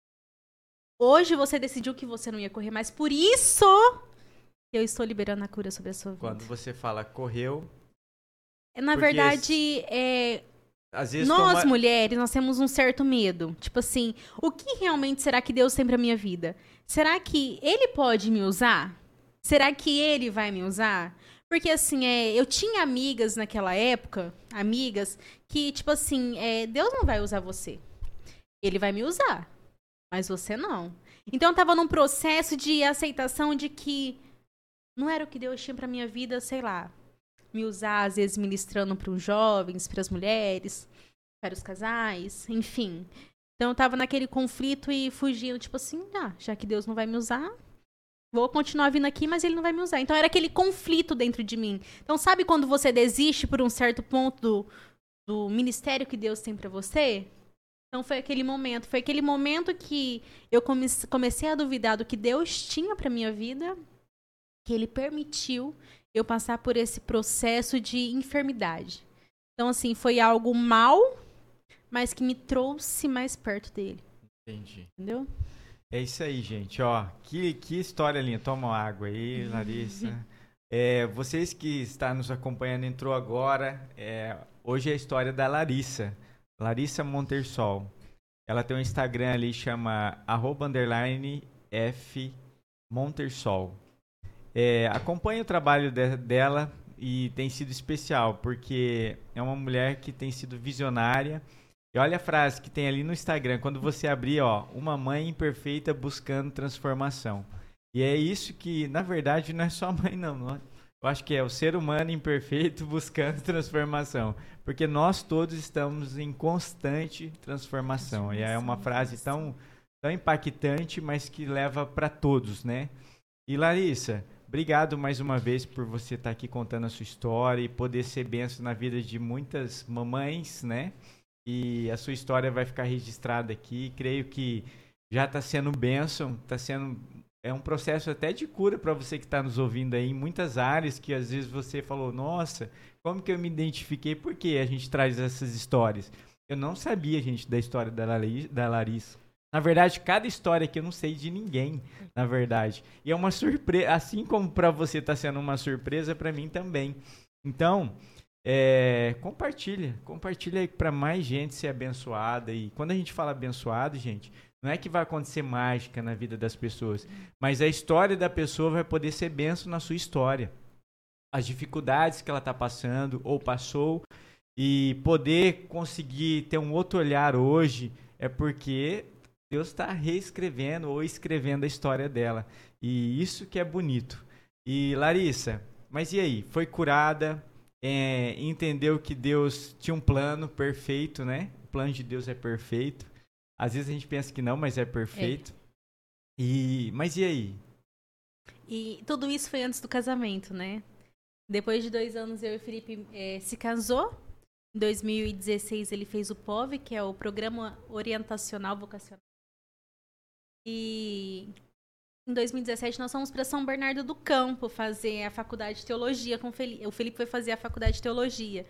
Hoje você decidiu que você não ia correr mais. Por isso... eu estou liberando a cura sobre a sua vida. Quando você fala correu... Na verdade, às vezes nós mulheres, nós temos um certo medo. Tipo assim, o que realmente será que Deus tem pra minha vida? Será que Ele pode me usar? Será que Ele vai me usar? Porque assim, eu tinha amigas naquela época, que tipo assim, Deus não vai usar você. Ele vai me usar, mas você não. Então eu tava num processo de aceitação de que não era o que Deus tinha pra minha vida, sei lá, me usar, às vezes, ministrando para os jovens, para as mulheres, para os casais, enfim. Então, eu tava naquele conflito e fugindo, tipo assim, já que Deus não vai me usar, vou continuar vindo aqui, mas Ele não vai me usar. Então, era aquele conflito dentro de mim. Então, sabe quando você desiste por um certo ponto do ministério que Deus tem para você? Então, foi aquele momento que eu comecei a duvidar do que Deus tinha para minha vida, que Ele permitiu eu passar por esse processo de enfermidade. Então, assim, foi algo mal, mas que me trouxe mais perto dele. Entendi. Entendeu? É isso aí, gente. Ó, que história linda. Toma água aí, Larissa. Vocês que estão nos acompanhando, entrou agora. Hoje é a história da Larissa. Larissa Montersol. Ela tem um Instagram ali, chama @F Montersol. Acompanhe o trabalho dela e tem sido especial, porque é uma mulher que tem sido visionária. E olha a frase que tem ali no Instagram, quando você abrir, uma mãe imperfeita buscando transformação. E é isso que, na verdade, não é só a mãe, não. Eu acho que é o ser humano imperfeito buscando transformação. Porque nós todos estamos em constante transformação. E é uma frase tão impactante, mas que leva para todos, né? E Larissa, obrigado mais uma vez por você estar aqui contando a sua história e poder ser bênção na vida de muitas mamães, né? E a sua história vai ficar registrada aqui. Creio que já está sendo bênção, é um processo até de cura para você que está nos ouvindo aí em muitas áreas que às vezes você falou, nossa, como que eu me identifiquei? Por que a gente traz essas histórias? Eu não sabia, gente, da história da Larissa. Na verdade, cada história aqui eu não sei de ninguém, na verdade. E é uma surpresa, assim como para você está sendo uma surpresa, para mim também. Então, compartilha aí para mais gente ser abençoada. E quando a gente fala abençoado, gente, não é que vai acontecer mágica na vida das pessoas, mas a história da pessoa vai poder ser bênção na sua história. As dificuldades que ela está passando ou passou e poder conseguir ter um outro olhar hoje é porque Deus está reescrevendo ou escrevendo a história dela. E isso que é bonito. E Larissa, mas e aí? Foi curada, entendeu que Deus tinha um plano perfeito, né? O plano de Deus é perfeito. Às vezes a gente pensa que não, mas é perfeito. Mas e aí? E tudo isso foi antes do casamento, né? Depois de 2 anos, eu e o Felipe se casou. Em 2016, ele fez o POV, que é o Programa Orientacional Vocacional. E em 2017, nós fomos para São Bernardo do Campo fazer a faculdade de teologia com o Felipe. O Felipe foi fazer a faculdade de teologia.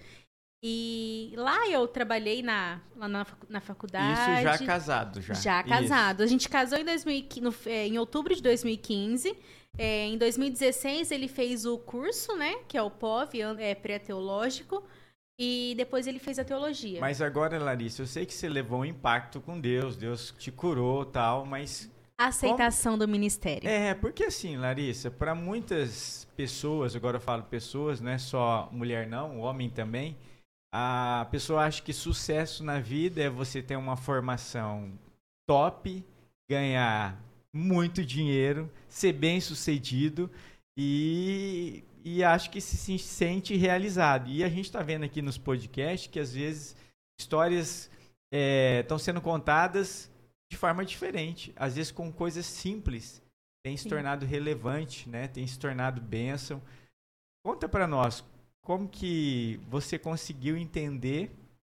E lá eu trabalhei lá na faculdade. Isso já casado, já. Já casado. Isso. A gente casou em outubro de 2015. Em 2016, ele fez o curso, né? Que é o POV, pré-teológico. E depois ele fez a teologia. Mas agora, Larissa, eu sei que você levou um impacto com Deus. Deus te curou e tal, mas... A aceitação do ministério. Porque assim, Larissa, para muitas pessoas, agora eu falo pessoas, não é só mulher não, homem também, a pessoa acha que sucesso na vida é você ter uma formação top, ganhar muito dinheiro, ser bem-sucedido e acho que se sente realizado. E a gente está vendo aqui nos podcasts que às vezes histórias estão sendo contadas de forma diferente, às vezes com coisas simples, tem se tornado relevante, né? Tem se tornado bênção. Conta para nós, como que você conseguiu entender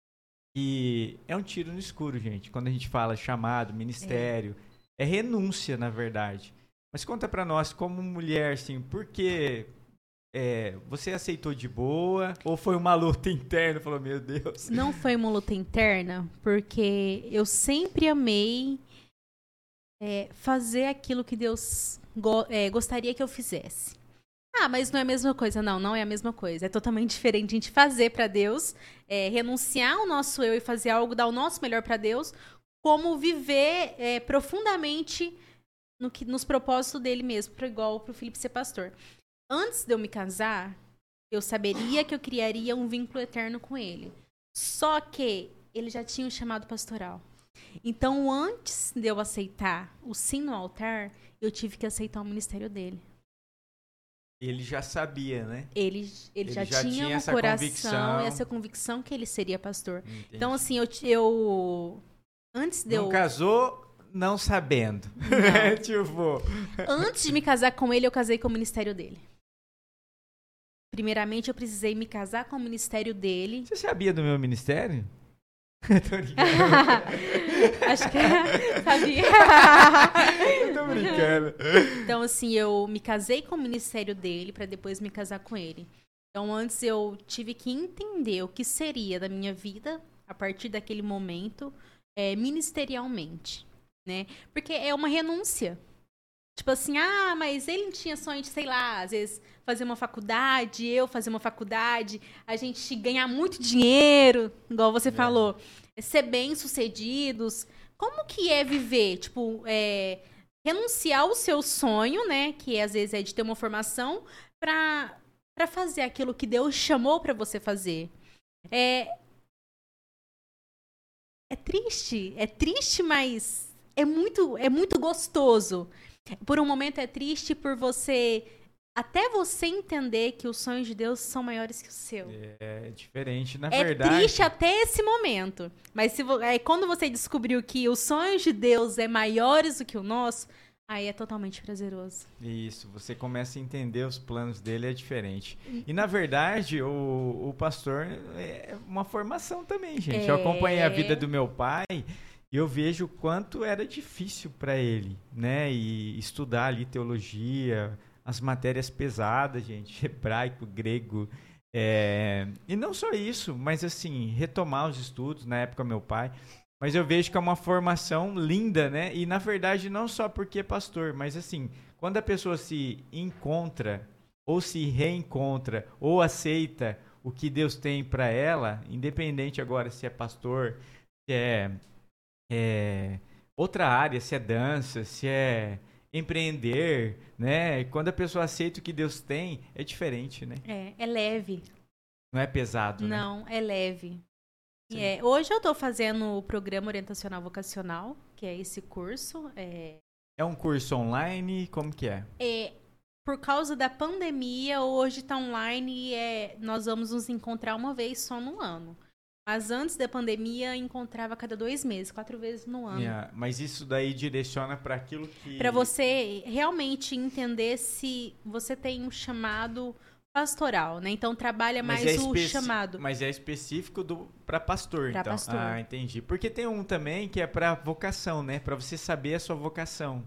que é um tiro no escuro, gente, quando a gente fala chamado, ministério, é renúncia, na verdade. Mas conta para nós, como mulher, assim, por que você aceitou de boa ou foi uma luta interna? Falou, meu Deus. Não foi uma luta interna, porque eu sempre amei fazer aquilo que Deus gostaria que eu fizesse. Ah, mas não é a mesma coisa. Não é a mesma coisa. É totalmente diferente a gente fazer para Deus, renunciar ao nosso eu e fazer algo, dar o nosso melhor para Deus, como viver profundamente nos propósitos dele mesmo, igual pro Felipe ser pastor. Antes de eu me casar, eu saberia que eu criaria um vínculo eterno com ele. Só que ele já tinha um chamado pastoral. Então, antes de eu aceitar o sim no altar, eu tive que aceitar o ministério dele. Ele já sabia, né? Ele já tinha no coração essa convicção que ele seria pastor. Entendi. Então, assim, eu antes de não eu... casou não sabendo. Tipo... Antes de me casar com ele, eu casei com o ministério dele. Primeiramente, eu precisei me casar com o ministério dele. Você sabia do meu ministério? Tô brincando. Acho que sabia. Eu tô brincando. Então, assim, eu me casei com o ministério dele para depois me casar com ele. Então, antes eu tive que entender o que seria da minha vida a partir daquele momento, ministerialmente, né? Porque é uma renúncia. Tipo assim, mas ele não tinha sonho de, sei lá, às vezes fazer uma faculdade, eu fazer uma faculdade, a gente ganhar muito dinheiro, igual você falou, ser bem-sucedidos. Como que é viver? Tipo, renunciar ao seu sonho, né? Que às vezes é de ter uma formação pra fazer aquilo que Deus chamou pra você fazer. É triste, mas é muito gostoso. Por um momento é triste por até você entender que os sonhos de Deus são maiores que o seu. É diferente, na verdade. É triste até esse momento. Mas quando você descobriu que os sonhos de Deus é maiores do que o nosso, aí é totalmente prazeroso. Isso, você começa a entender os planos dele, é diferente. E na verdade, o pastor é uma formação também, gente. Eu acompanhei a vida do meu pai. E eu vejo o quanto era difícil para ele, né? E estudar ali teologia, as matérias pesadas, gente, hebraico, grego. E não só isso, mas assim, retomar os estudos, na época meu pai. Mas eu vejo que é uma formação linda, né? E na verdade não só porque é pastor, mas assim, quando a pessoa se encontra, ou se reencontra, ou aceita o que Deus tem para ela, independente agora se é pastor, se é outra área, se é dança, se é empreender, né? Quando a pessoa aceita o que Deus tem, é diferente, né? É leve. Não é pesado, né? Não, é leve. Hoje eu tô fazendo o Programa Orientacional Vocacional, que é esse curso. É um curso online? Como que é? Por causa da pandemia, hoje tá online e nós vamos nos encontrar uma vez só no ano. Mas antes da pandemia, encontrava a cada 2 meses, 4 vezes no ano. Mas isso daí direciona para aquilo que... Para você realmente entender se você tem um chamado pastoral, né? Então, trabalha mais o chamado. Mas é específico para pastor, pra então. Pastor. Ah, entendi. Porque tem um também que é para vocação, né? Para você saber a sua vocação.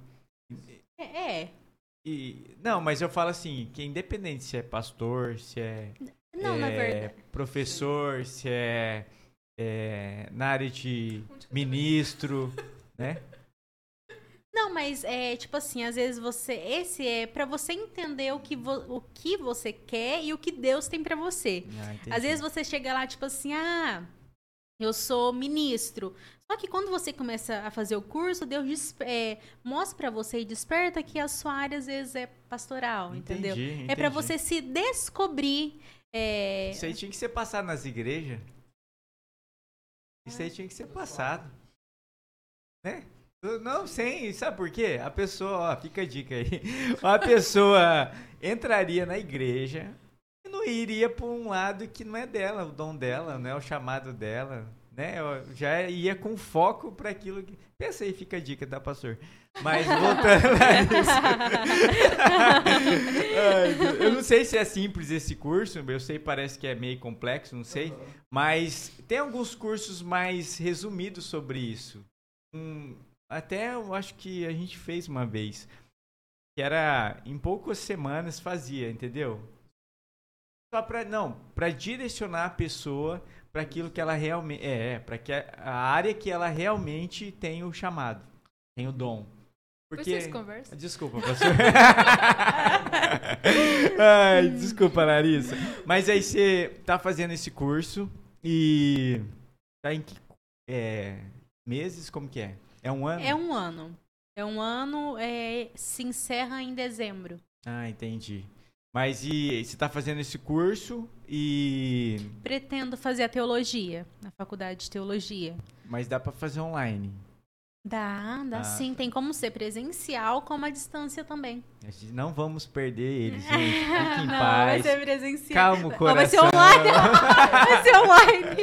Não, mas eu falo assim, que independente se é pastor, se é... Não, na verdade. Professor, se é na área de ministro, né? Não, mas é tipo assim, às vezes esse é pra você entender o que você quer e o que Deus tem pra você. Às vezes você chega lá tipo assim, eu sou ministro. Só que quando você começa a fazer o curso, Deus mostra pra você e desperta que a sua área às vezes é pastoral, entendeu? Entendi. É pra você se descobrir. Isso aí tinha que ser passado nas igrejas. Isso aí tinha que ser passado. Né? Não, sabe por quê? A pessoa, fica a dica aí. A pessoa entraria na igreja e não iria por um lado que não é dela, o dom dela, né? O chamado dela, né? Já ia com foco para aquilo que... Pensa aí, fica a dica, tá, pastor? Mas voltando a isso. Eu não sei se é simples esse curso, eu sei, parece que é meio complexo, não sei. Mas tem alguns cursos mais resumidos sobre isso. Até eu acho que a gente fez uma vez. Que era em poucas semanas fazia, entendeu? Só para direcionar a pessoa para aquilo que ela realmente para que a área que ela realmente tem o chamado, tem o dom. Porque vocês conversam? Desculpa, pastor. Desculpa, Larissa. Mas aí você tá fazendo esse curso e tá em que meses, como que é? É um ano? É um ano. Se encerra em dezembro. Ah, entendi. Mas e você está fazendo esse curso e... Pretendo fazer a teologia, na faculdade de teologia. Mas dá para fazer online? Dá sim. Tem como ser presencial, como a distância também. Não vamos perder eles, gente. Fique em paz. Vai ser presencial. Calma o coração. Vai ser online. Vai ser online.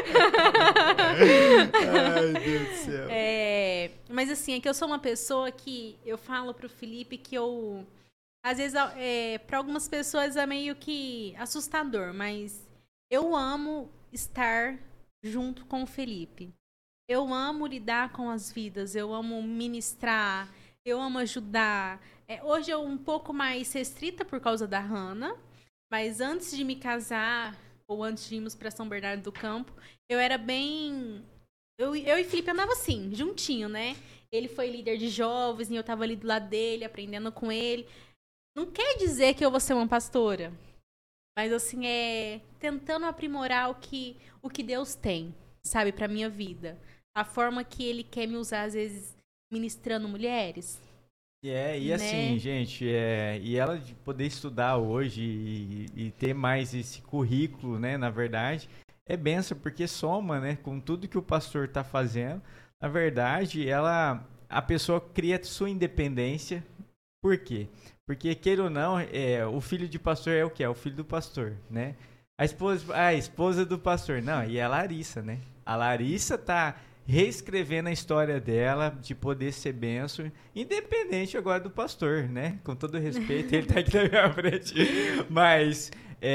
Ai, Deus do céu. Mas assim, é que eu sou uma pessoa que... Eu falo pro Felipe que eu... Às vezes, para algumas pessoas é meio que assustador, mas eu amo estar junto com o Felipe. Eu amo lidar com as vidas, eu amo ministrar, eu amo ajudar. Hoje eu um pouco mais restrita por causa da Hannah, mas antes de me casar, ou antes de irmos para São Bernardo do Campo, eu era bem... Eu e Felipe andava assim, juntinho, né? Ele foi líder de jovens e eu tava ali do lado dele, aprendendo com ele. Não quer dizer que eu vou ser uma pastora, mas assim, tentando aprimorar o que Deus tem, sabe, pra minha vida. A forma que Ele quer me usar, às vezes, ministrando mulheres. E assim, gente, e ela de poder estudar hoje e ter mais esse currículo, né, na verdade, é bênção, porque soma, né, com tudo que o pastor tá fazendo. Na verdade, a pessoa cria sua independência. Por quê? Porque, queira ou não, o filho de pastor é o quê? É o filho do pastor, né? A esposa do pastor. Não, e a Larissa, né? A Larissa tá reescrevendo a história dela de poder ser bênção, independente agora do pastor, né? Com todo respeito, ele tá aqui na minha frente. Mas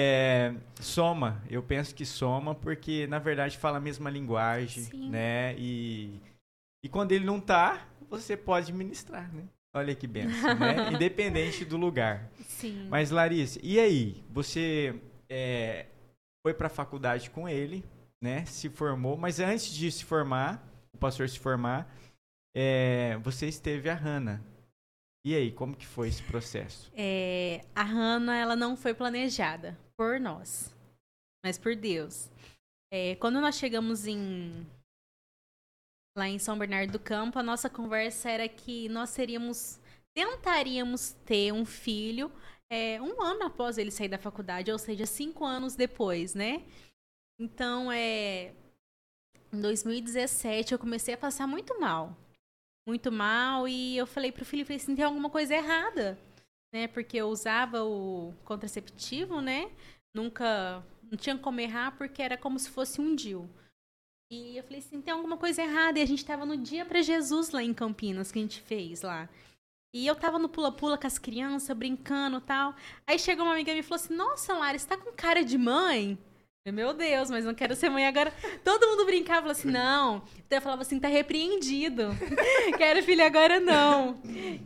soma, eu penso que soma, porque, na verdade, fala a mesma linguagem, sim, né? E quando ele não tá, você pode ministrar, né? Olha que benção, né? Independente do lugar. Sim. Mas, Larissa, e aí? Você foi para a faculdade com ele, né? Se formou, mas antes de se formar, o pastor se formar, você esteve a Hannah. E aí, como que foi esse processo? A Hannah, ela não foi planejada por nós, mas por Deus. Quando nós chegamos lá em São Bernardo do Campo, a nossa conversa era que nós tentaríamos ter um filho um ano após ele sair da faculdade, ou seja, 5 anos depois, né? Então, em 2017, eu comecei a passar muito mal, e eu falei pro Felipe assim, tem alguma coisa errada, né? Porque eu usava o contraceptivo, né? Não tinha como errar, porque era como se fosse um DIU. E eu falei assim, tem alguma coisa errada. E a gente tava no Dia pra Jesus lá em Campinas, que a gente fez lá. E eu tava no pula-pula com as crianças, brincando e tal. Aí chegou uma amiga minha e falou assim, nossa, Lara, você tá com cara de mãe? Eu, meu Deus, mas não quero ser mãe agora. Todo mundo brincava, falava assim, não. Então eu falava assim, tá repreendido. Quero filho agora, não.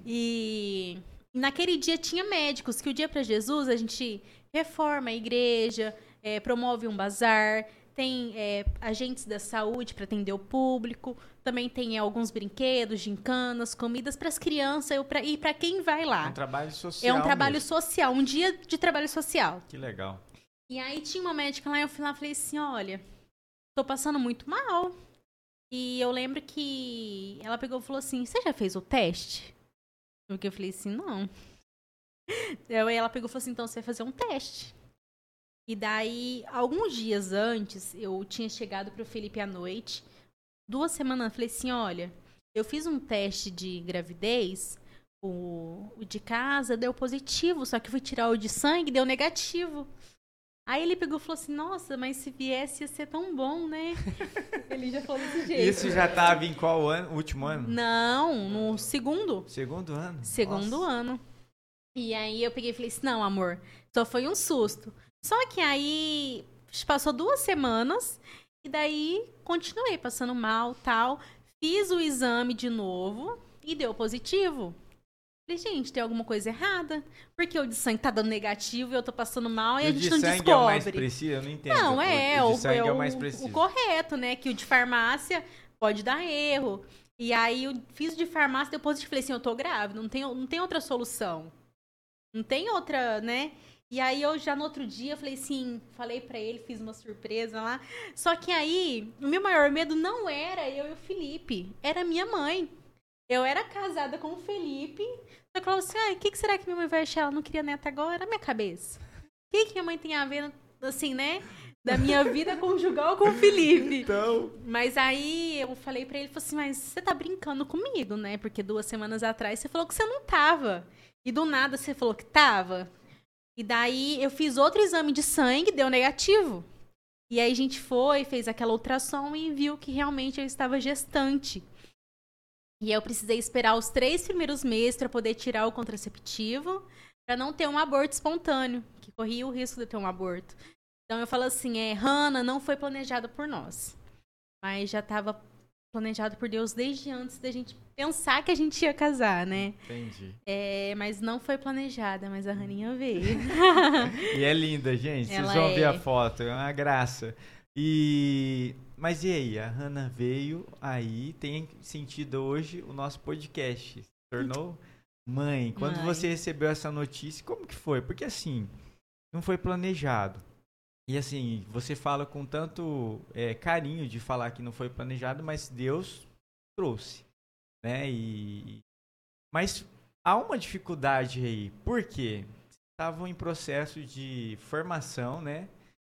E naquele dia tinha médicos, que o Dia pra Jesus a gente reforma a igreja, promove um bazar, tem agentes da saúde para atender o público, também tem alguns brinquedos, gincanas, comidas para as crianças e para quem vai lá. É um trabalho social. É um trabalho mesmo. social, um dia de trabalho social. Que legal. E aí tinha uma médica lá, eu fui lá e falei assim, olha, tô passando muito mal. E eu lembro que ela pegou e falou assim, você já fez o teste? Porque eu falei assim, não. Aí ela pegou e falou assim, então você vai fazer um teste. E daí, alguns dias antes, eu tinha chegado pro Felipe à noite. 2 semanas, eu falei assim, olha, eu fiz um teste de gravidez, o de casa deu positivo, só que eu fui tirar o de sangue, deu negativo. Aí ele pegou e falou assim, nossa, mas se viesse ia ser tão bom, né? Ele já falou desse jeito. Isso já estava em qual ano? Último ano? Não, no segundo. Segundo ano? Segundo Nossa. ano. E aí eu peguei e falei assim, não, amor, só foi um susto. Só que aí passou 2 semanas e daí continuei passando mal, tal. Fiz o exame de novo e deu positivo. Falei, gente, tem alguma coisa errada. Porque o de sangue tá dando negativo e eu tô passando mal e a gente não descobre. O de sangue é o mais preciso? Eu não entendo. Não, o de sangue é o mais preciso. O correto, né? Que o de farmácia pode dar erro. E aí eu fiz o de farmácia, depois eu falei assim, eu tô grávida, não tem outra solução. Não tem outra, né? E aí eu já no outro dia falei assim, falei pra ele, fiz uma surpresa lá. Só que aí, o meu maior medo não era eu e o Felipe, era minha mãe. Eu era casada com o Felipe. Eu falava assim, o que será que minha mãe vai achar? Ela não queria neta agora? Na minha cabeça. O que minha mãe tem a ver, assim, né? Da minha vida conjugal com o Felipe. Então... Mas aí eu falei pra ele, falei assim, mas você tá brincando comigo, né? Porque 2 semanas atrás você falou que você não tava. E do nada você falou que tava. E daí eu fiz outro exame de sangue, deu negativo. E aí a gente fez aquela ultrassom e viu que realmente eu estava gestante. E eu precisei esperar os 3 primeiros meses para poder tirar o contraceptivo, para não ter um aborto espontâneo, que corria o risco de ter um aborto. Então eu falo assim, Hannah não foi planejada por nós, mas já estava planejado por Deus desde antes da gente pensar que a gente ia casar, né? Entendi. Mas não foi planejada, mas a Haninha veio. E é linda, gente. Vocês Ela vão ver a foto, é uma graça. Mas e aí? A Hannah veio aí, tem sentido hoje o nosso podcast. Se tornou mãe. Quando você recebeu essa notícia, como que foi? Porque assim, não foi planejado. E assim, você fala com tanto carinho de falar que não foi planejado, mas Deus trouxe, né? Mas há uma dificuldade aí. Por quê? Estavam em processo de formação, né?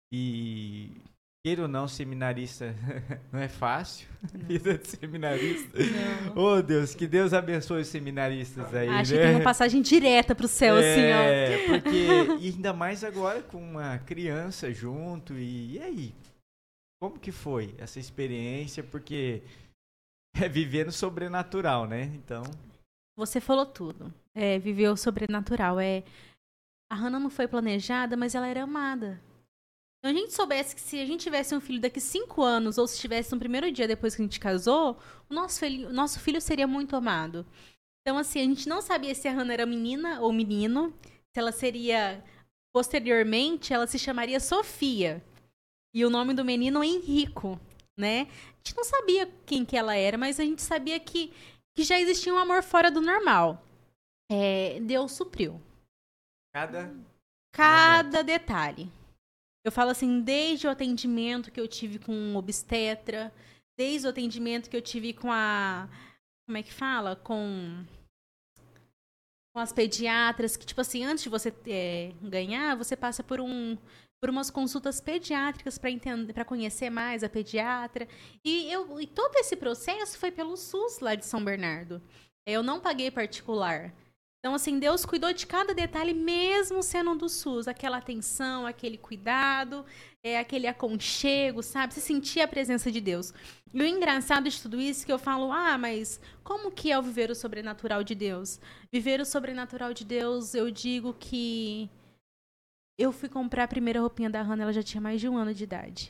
E queira ou não, seminarista não é fácil. Vida de seminarista. Oh, Deus, que Deus abençoe os seminaristas aí, Acho né? que tem uma passagem direta pro céu, assim, ó. Porque, e ainda mais agora com uma criança junto, e aí? Como que foi essa experiência? Porque é viver no sobrenatural, né? Então... Você falou tudo. Viver o sobrenatural. A Hannah não foi planejada, mas ela era amada. Se a gente soubesse que se a gente tivesse um filho daqui 5 anos, ou se tivesse no primeiro dia depois que a gente casou, o nosso filho seria muito amado. Então, assim, a gente não sabia se a Hannah era menina ou menino, se ela seria, posteriormente, ela se chamaria Sofia. E o nome do menino é Henrico, né? A gente não sabia quem que ela era, mas a gente sabia que já existia um amor fora do normal. Deus supriu. Cada detalhe. Eu falo assim, desde o atendimento que eu tive com um obstetra, desde o atendimento que eu tive com como é que fala? Com as pediatras, que tipo assim, antes de você ganhar, você passa por umas consultas pediátricas para entender, para conhecer mais a pediatra. E todo esse processo foi pelo SUS lá de São Bernardo. Eu não paguei particular. Então, assim, Deus cuidou de cada detalhe, mesmo sendo do SUS. Aquela atenção, aquele cuidado, aquele aconchego, sabe? Você sentia a presença de Deus. E o engraçado de tudo isso é que eu falo, mas como que é o viver o sobrenatural de Deus? Viver o sobrenatural de Deus, eu digo que eu fui comprar a primeira roupinha da Hannah, ela já tinha mais de 1 ano de idade.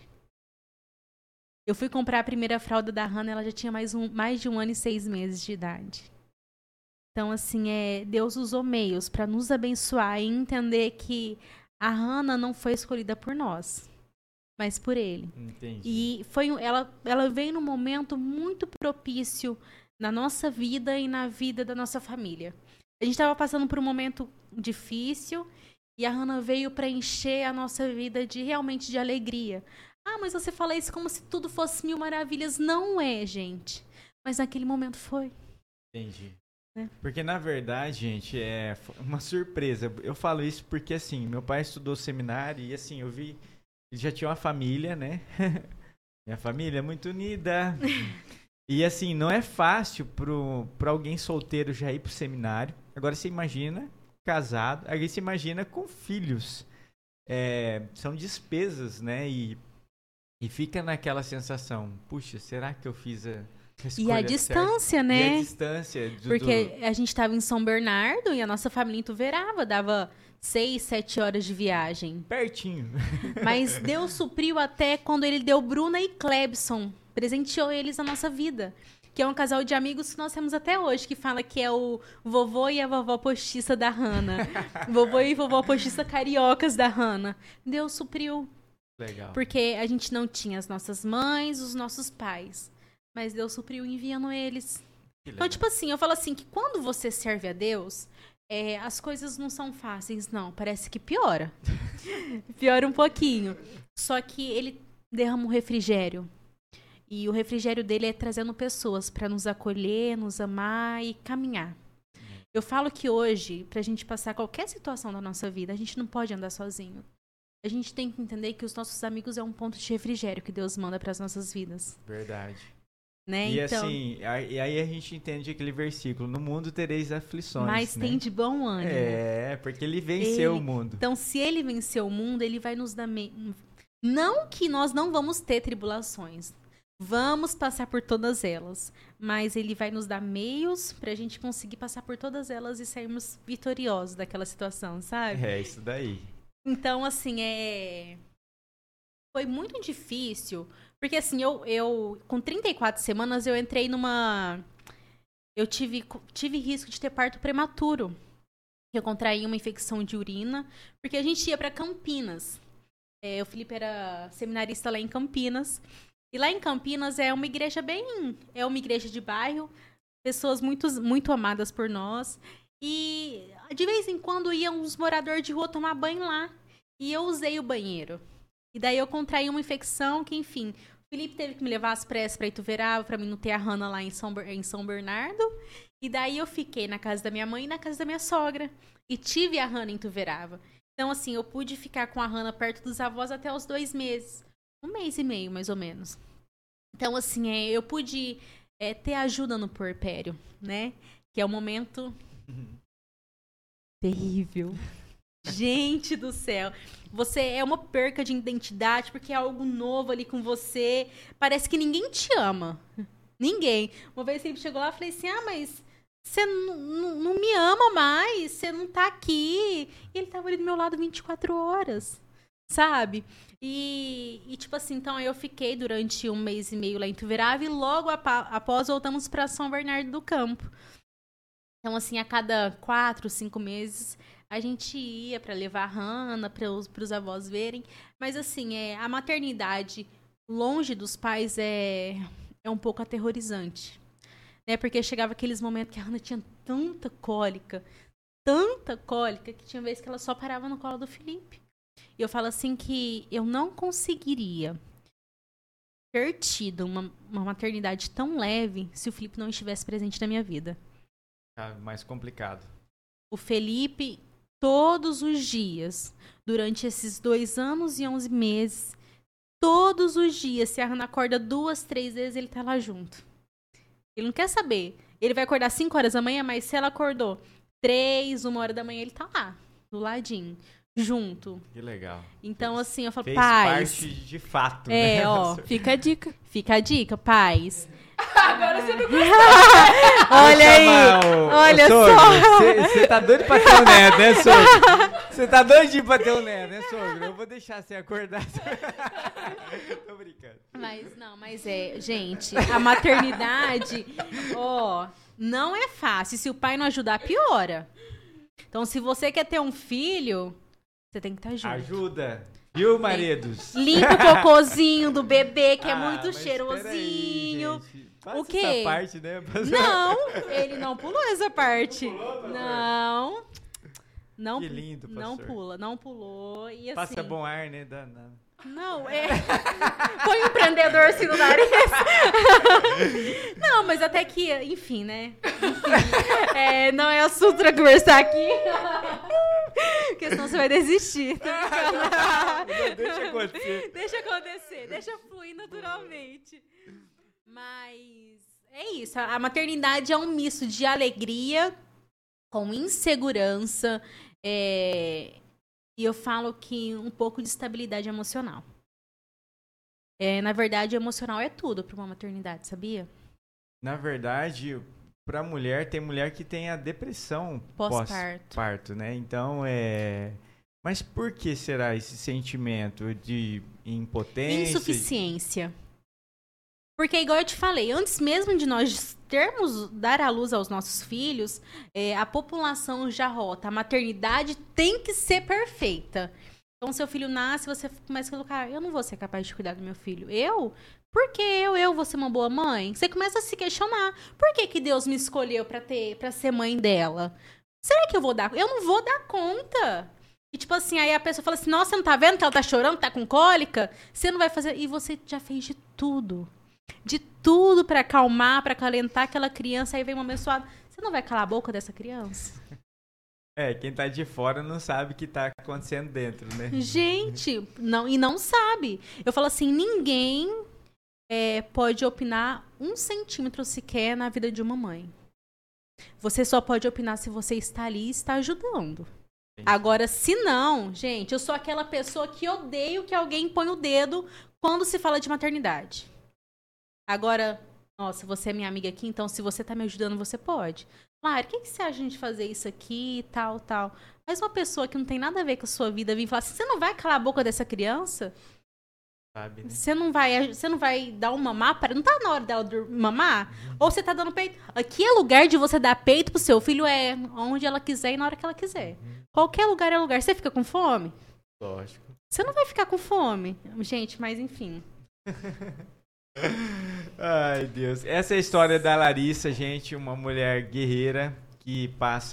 Eu fui comprar a primeira fralda da Hannah, ela já tinha mais de 1 ano e 6 meses de idade. Então, assim, Deus usou meios para nos abençoar e entender que a Hannah não foi escolhida por nós, mas por Ele. Entendi. E ela veio num momento muito propício na nossa vida e na vida da nossa família. A gente estava passando por um momento difícil e a Hannah veio para encher a nossa vida realmente de alegria. Mas você fala isso como se tudo fosse 1000 maravilhas. Não é, gente. Mas naquele momento foi. Entendi. Porque, na verdade, gente, é uma surpresa. Eu falo isso porque, assim, meu pai estudou seminário e, assim, eu vi... Ele já tinha uma família, né? Minha família é muito unida. E, assim, não é fácil pra alguém solteiro já ir pro seminário. Agora, você imagina casado. Aí você imagina com filhos. São despesas, né? E fica naquela sensação. Puxa, será que eu fiz E a distância, né? E a distância. Porque a gente estava em São Bernardo e a nossa família em Ituverava. Dava 6, 7 horas de viagem. Pertinho. Mas Deus supriu até quando Ele deu Bruna e Clebson. Presenteou eles na nossa vida. Que é um casal de amigos que nós temos até hoje. Que fala que é o vovô e a vovó postiça da Hannah. Vovô e vovó postiça cariocas da Hannah. Deus supriu. Legal. Porque a gente não tinha as nossas mães, os nossos pais. Mas Deus supriu enviando eles. Então, tipo assim, eu falo assim, que quando você serve a Deus, as coisas não são fáceis, não. Parece que piora. Piora um pouquinho. Só que ele derrama um refrigério. E o refrigério dele é trazendo pessoas para nos acolher, nos amar e caminhar. Eu falo que hoje, pra gente passar qualquer situação da nossa vida, a gente não pode andar sozinho. A gente tem que entender que os nossos amigos é um ponto de refrigério que Deus manda para as nossas vidas. Verdade. Né? E então, assim, e aí a gente entende aquele versículo, no mundo tereis aflições, mas né? tem de bom ânimo. Porque ele venceu o mundo. Então, se ele venceu o mundo, ele vai nos dar... Não que nós não vamos ter tribulações. Vamos passar por todas elas. Mas ele vai nos dar meios pra gente conseguir passar por todas elas e sairmos vitoriosos daquela situação, sabe? É isso daí. Então, assim, foi muito difícil... Porque, assim, eu com 34 semanas, eu entrei numa... Eu tive risco de ter parto prematuro. Eu contraí uma infecção de urina, porque a gente ia pra Campinas. O Felipe era seminarista lá em Campinas. E lá em Campinas é uma igreja É uma igreja de bairro, pessoas muito, muito amadas por nós. E, de vez em quando, iam uns moradores de rua tomar banho lá. E eu usei o banheiro. E daí eu contraí uma infecção que, enfim, o Felipe teve que me levar às pressas pra Ituverava, pra mim não ter a Hannah lá em São Bernardo. E daí eu fiquei na casa da minha mãe e na casa da minha sogra. E tive a Hannah em Ituverava. Então, assim, eu pude ficar com a Hannah perto dos avós até os 2 meses. 1 mês e meio, mais ou menos. Então, assim, eu pude ter ajuda no puerpério, né? Que é um momento terrível. Gente do céu, você é uma perca de identidade porque é algo novo ali com você. Parece que ninguém te ama. Ninguém. Uma vez ele chegou lá e falei assim, mas você não me ama mais, você não tá aqui. E ele tava ali do meu lado 24 horas, sabe? E tipo assim, então eu fiquei durante 1 mês e meio lá em Ituverava e logo após voltamos para São Bernardo do Campo. Então, assim, a cada 4, 5 meses... A gente ia para levar a Hannah, para os avós verem. Mas, assim, a maternidade longe dos pais é um pouco aterrorizante. Né? Porque chegava aqueles momentos que a Hannah tinha tanta cólica, que tinha vezes que ela só parava no colo do Felipe. E eu falo assim que eu não conseguiria ter tido uma maternidade tão leve se o Felipe não estivesse presente na minha vida. Mais complicado. O Felipe... Todos os dias, durante esses 2 anos e 11 meses, todos os dias, se a Hannah acorda 2, 3 vezes, ele tá lá junto. Ele não quer saber. Ele vai acordar 5 horas da manhã, mas se ela acordou 3, 1h da manhã, ele tá lá, do ladinho, junto. Que legal. Então, assim, eu falo, Fez pais... parte de fato, né? Fica a dica. Fica a dica, pais. Agora você não Olha aí, olha só. Você tá doido pra ter um neto, né, sogro? Você tá doidinho pra ter um neto, né, sogro? Eu vou deixar você acordar. Tô brincando. Mas gente, a maternidade, não é fácil. Se o pai não ajudar, piora. Então, se você quer ter um filho, você tem que estar junto. Ajuda. Viu, maridos? Limpa o cocôzinho do bebê, que é muito mas cheirosinho. peraí, O quê? Essa parte, né? Não, ele não pulou essa parte. Não. Que lindo, pastor. Não pulou. E assim, Passa bom ar, né? Não, põe um prendedor assim no nariz. Não, mas até que, enfim, né? Não é assunto pra conversar aqui. Porque senão você vai desistir. Deixa acontecer. Deixa acontecer, deixa fluir naturalmente. Mas é isso, a maternidade é um misto de alegria com insegurança e eu falo que um pouco de estabilidade emocional. Na verdade, emocional é tudo para uma maternidade, sabia? Na verdade, para mulher, tem mulher que tem a depressão pós-parto, né? Então, Mas por que será esse sentimento de impotência? Insuficiência. Porque, igual eu te falei, antes mesmo de nós dar à luz aos nossos filhos, a população já rota. A maternidade tem que ser perfeita. Então, seu filho nasce, você começa a colocar, eu não vou ser capaz de cuidar do meu filho. Eu? Por que eu vou ser uma boa mãe? Você começa a se questionar. Por que Deus me escolheu pra ser mãe dela? Será que eu vou dar? Eu não vou dar conta. E tipo assim, aí a pessoa fala assim, nossa, você não tá vendo que ela tá chorando, tá com cólica? Você não vai fazer... E você já fez de tudo. De tudo pra acalmar, pra acalentar aquela criança. Aí vem uma abençoada. Você não vai calar a boca dessa criança? Quem tá de fora não sabe o que tá acontecendo dentro, né? Gente, não sabe. Eu falo assim, ninguém pode opinar 1 centímetro sequer na vida de uma mãe. Você só pode opinar se você está ali e está ajudando. Agora, se não, gente, eu sou aquela pessoa que odeio que alguém põe o dedo quando se fala de maternidade. Agora, nossa, você é minha amiga aqui, então se você tá me ajudando, você pode. Claro, o que você acha de a gente fazer isso aqui, tal. Mas uma pessoa que não tem nada a ver com a sua vida vir falar assim, você não vai calar a boca dessa criança? Sabe, né? Você não vai dar um mamar para... Não tá na hora dela mamar? Ou você tá dando peito? Aqui é lugar de você dar peito pro seu filho, onde ela quiser e na hora que ela quiser. Qualquer lugar é lugar. Você fica com fome? Lógico. Você não vai ficar com fome. Gente, mas enfim... Ai, Deus. Essa é a história da Larissa, gente, uma mulher guerreira que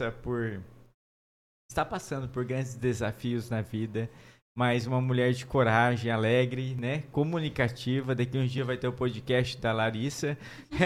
está passando por grandes desafios na vida, mas uma mulher de coragem, alegre, né? Comunicativa. Daqui uns dias vai ter o podcast da Larissa.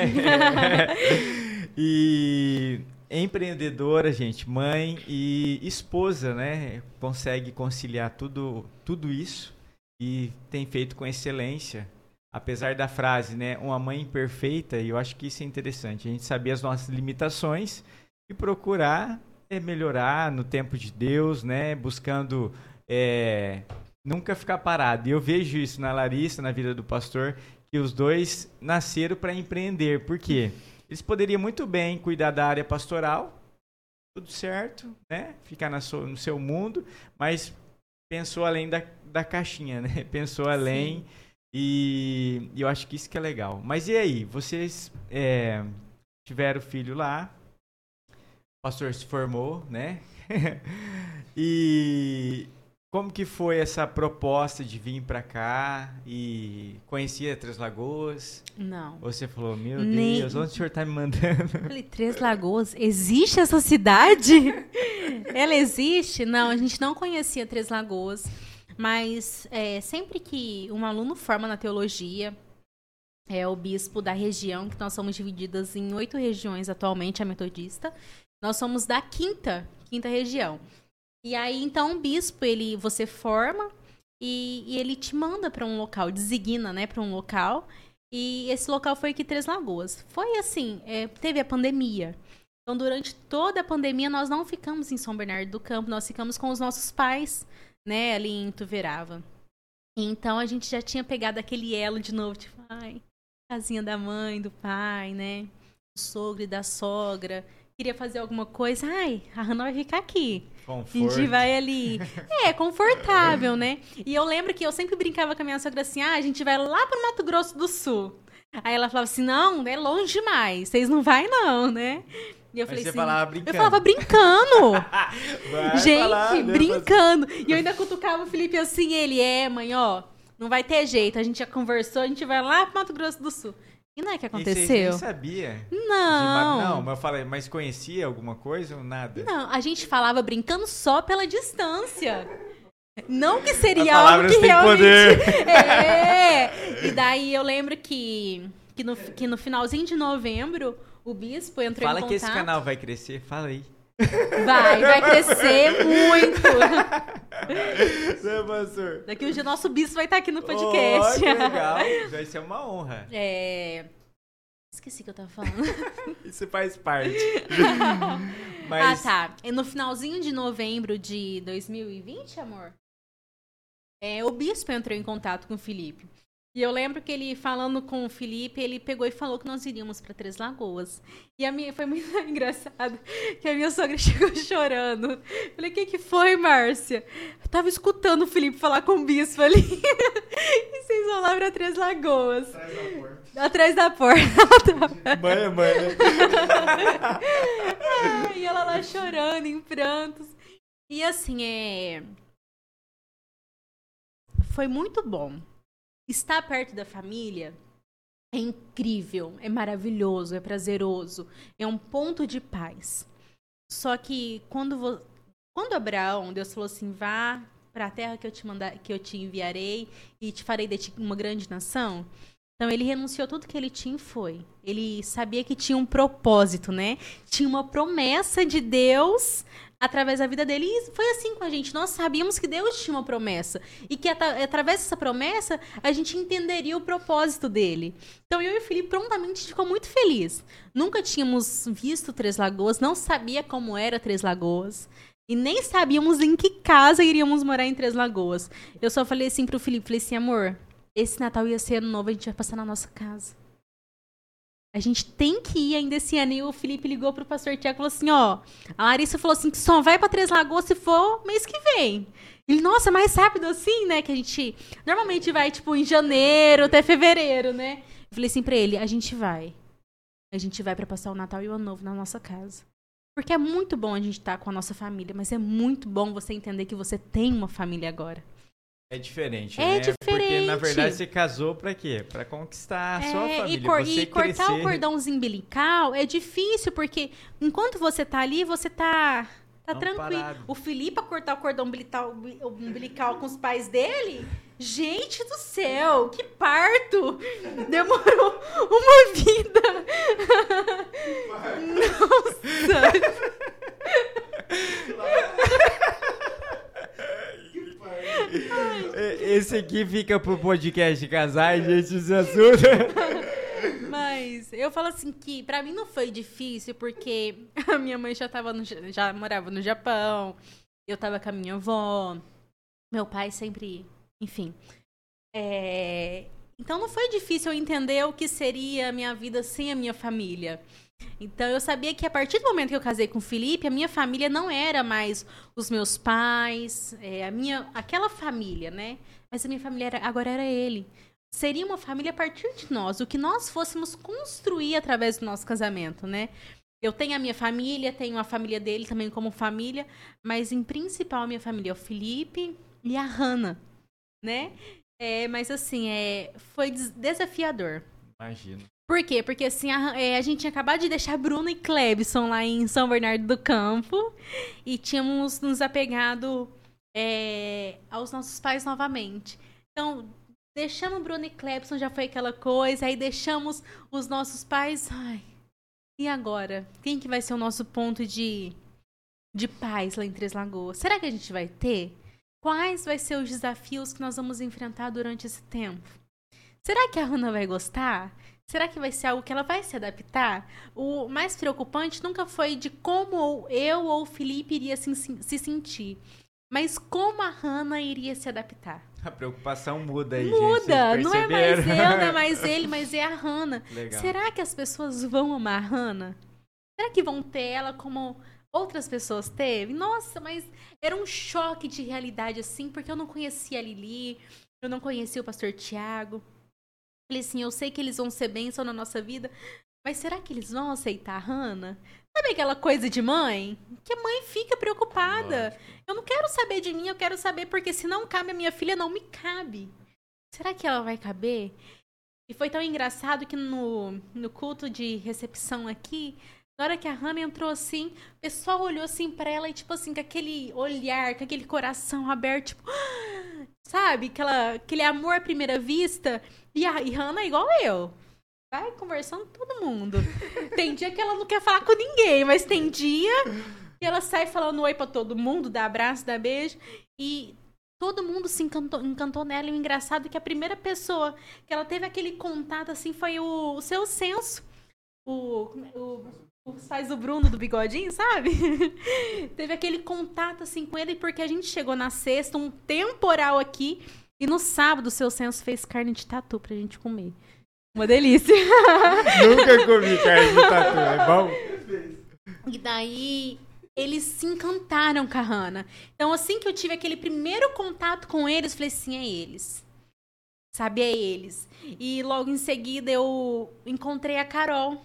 E empreendedora, gente, mãe e esposa, né? Consegue conciliar tudo isso e tem feito com excelência. Apesar da frase, né, uma mãe imperfeita, e eu acho que isso é interessante, a gente saber as nossas limitações e procurar melhorar no tempo de Deus, né, buscando nunca ficar parado. E eu vejo isso na Larissa, na vida do pastor, que os dois nasceram para empreender. Por quê? Eles poderiam muito bem cuidar da área pastoral, tudo certo, né, ficar no seu mundo, mas pensou além da caixinha, né, pensou além... Sim. E eu acho que isso que é legal. Mas e aí? Vocês tiveram filho lá, o pastor se formou, né? E como que foi essa proposta de vir pra cá e conhecia Três Lagoas? Não. Você falou, meu Deus, onde o senhor tá me mandando? Eu falei, Três Lagoas? Existe essa cidade? Ela existe? Não, a gente não conhecia Três Lagoas. Mas sempre que um aluno forma na teologia, o bispo da região, que nós somos divididas em 8 regiões atualmente, a metodista, nós somos da quinta região. E aí, então, o bispo, você forma e ele te manda para um local, designa, né, para um local. E esse local foi aqui em Três Lagoas. Foi assim, teve a pandemia. Então, durante toda a pandemia, nós não ficamos em São Bernardo do Campo, nós ficamos com os nossos pais, né, ali em Ituverava. Então, a gente já tinha pegado aquele elo de novo, tipo, ai, casinha da mãe, do pai, né, do sogro e da sogra. Queria fazer alguma coisa, ai, a Hannah vai ficar aqui. Conforto. A gente vai ali. É, confortável, né? E eu lembro que eu sempre brincava com a minha sogra assim, a gente vai lá pro Mato Grosso do Sul. Aí ela falava assim, não, é longe demais, vocês não vai não, né? E eu falei você assim, falava brincando. eu falava brincando. Gente, falar, né? brincando. E eu ainda cutucava o Felipe assim, ele, mãe, ó, não vai ter jeito, a gente já conversou, a gente vai lá pro Mato Grosso do Sul. E não é que aconteceu? E vocês nem sabia? Não. Mas eu falei, mas conhecia alguma coisa ou nada? Não, a gente falava brincando só pela distância. Não que seria A algo que têm realmente... poder. E daí eu lembro que no finalzinho de novembro, o bispo entrou em Fala contato... que esse canal vai crescer, fala aí. Vai crescer muito. Né, pastor? Daqui um dia nosso bispo vai estar aqui no podcast. Oh, que legal, vai ser uma honra. Esqueci o que eu tava falando. Isso faz parte. Mas... tá. E no finalzinho de novembro de 2020, amor, o bispo entrou em contato com o Felipe. E eu lembro que ele, falando com o Felipe, ele pegou e falou que nós iríamos para Três Lagoas. E foi muito engraçado, que a minha sogra chegou chorando. Falei, o que foi, Márcia? Eu tava escutando o Felipe falar com o bispo ali. E vocês vão lá para Três Lagoas. Atrás da porta. Mãe. E ela lá chorando, em prantos. E assim, foi muito bom. Estar perto da família é incrível, é maravilhoso, é prazeroso, é um ponto de paz. Só que quando Abraão, Deus falou assim, vá para a terra que eu te enviarei e te farei de ti uma grande nação. Então ele renunciou tudo que ele tinha e foi. Ele sabia que tinha um propósito, né? Tinha uma promessa de Deus através da vida dele. E foi assim com a gente. Nós sabíamos que Deus tinha uma promessa. E que através dessa promessa, a gente entenderia o propósito dele. Então eu e o Felipe prontamente ficou muito feliz. Nunca tínhamos visto Três Lagoas, não sabia como era Três Lagoas. E nem sabíamos em que casa iríamos morar em Três Lagoas. Eu só falei assim pro Felipe, falei assim, amor, esse Natal ia ser ano novo, a gente vai passar na nossa casa. A gente tem que ir ainda esse ano. E o Felipe ligou pro pastor Tiago e falou assim, ó, a Larissa falou assim que só vai pra Três Lagoas se for mês que vem. Ele, nossa, mais rápido assim, né? Que a gente normalmente vai, tipo, em janeiro até fevereiro, né? Eu falei assim pra ele, a gente vai. A gente vai pra passar o Natal e o Ano Novo na nossa casa. Porque é muito bom a gente estar com a nossa família, mas é muito bom você entender que você tem uma família agora. É diferente, né? É diferente. Porque, na verdade, você casou pra quê? Pra conquistar a sua família. E cortar o cordãozinho umbilical é difícil, porque enquanto você tá ali, você tá tranquilo. Parado. O Felipe, a cortar o cordão umbilical com os pais dele, gente do céu, que parto! Demorou uma vida. Nossa! Esse aqui fica pro podcast de casais, gente, se assusta. Mas eu falo assim que pra mim não foi difícil, porque a minha mãe já morava no Japão, eu tava com a minha avó, meu pai sempre, enfim. Então não foi difícil eu entender o que seria a minha vida sem a minha família. Então eu sabia que a partir do momento que eu casei com o Felipe, a minha família não era mais os meus pais, aquela família, né? Mas a minha família agora era ele. Seria uma família a partir de nós, o que nós fôssemos construir através do nosso casamento, né? Eu tenho a minha família, tenho a família dele também como família, mas em principal a minha família é o Felipe e a Hannah, né? Mas assim, foi desafiador. Imagino. Por quê? Porque assim, a gente tinha acabado de deixar Bruno e Clebson lá em São Bernardo do Campo e tínhamos nos apegado aos nossos pais novamente. Então, deixamos Bruno e Clebson, já foi aquela coisa, aí deixamos os nossos pais. Ai, e agora? Quem que vai ser o nosso ponto de paz lá em Três Lagoas? Será que a gente vai ter? Quais vai ser os desafios que nós vamos enfrentar durante esse tempo? Será que a Hannah vai gostar? Será que vai ser algo que ela vai se adaptar? O mais preocupante nunca foi de como eu ou o Felipe iria se sentir, mas como a Hannah iria se adaptar. A preocupação muda aí, Muda, gente. não é mais eu, não é mais ele, mas é a Hannah. Legal. Será que as pessoas vão amar a Hannah? Será que vão ter ela como outras pessoas teve? Nossa, mas era um choque de realidade, assim, porque eu não conhecia a Lili, eu não conhecia o pastor Tiago. Falei assim, eu sei que eles vão ser bênção na nossa vida, mas será que eles vão aceitar a Hannah? Sabe aquela coisa de mãe? Que a mãe fica preocupada. Lógico. Eu não quero saber de mim, eu quero saber porque se não cabe a minha filha, não me cabe. Será que ela vai caber? E foi tão engraçado que no culto de recepção aqui, na hora que a Hannah entrou assim, o pessoal olhou assim pra ela e tipo assim, com aquele olhar, com aquele coração aberto, tipo, sabe? Aquele amor à primeira vista. E Hannah é igual eu. Vai conversando com todo mundo. Tem dia que ela não quer falar com ninguém, mas tem dia que ela sai falando oi pra todo mundo, dá abraço, dá beijo. E todo mundo se encantou nela. E o engraçado é que a primeira pessoa que ela teve aquele contato assim foi o seu Senso. Faz o Bruno do bigodinho, sabe? Teve aquele contato assim com ele porque a gente chegou na sexta, um temporal aqui, e no sábado o seu Senso fez carne de tatu pra gente comer. Uma delícia. Nunca comi carne de tatu, é bom? E daí eles se encantaram com a Hannah. Então assim que eu tive aquele primeiro contato com eles, eu falei assim, é eles. Sabe, é eles. E logo em seguida eu encontrei a Carol.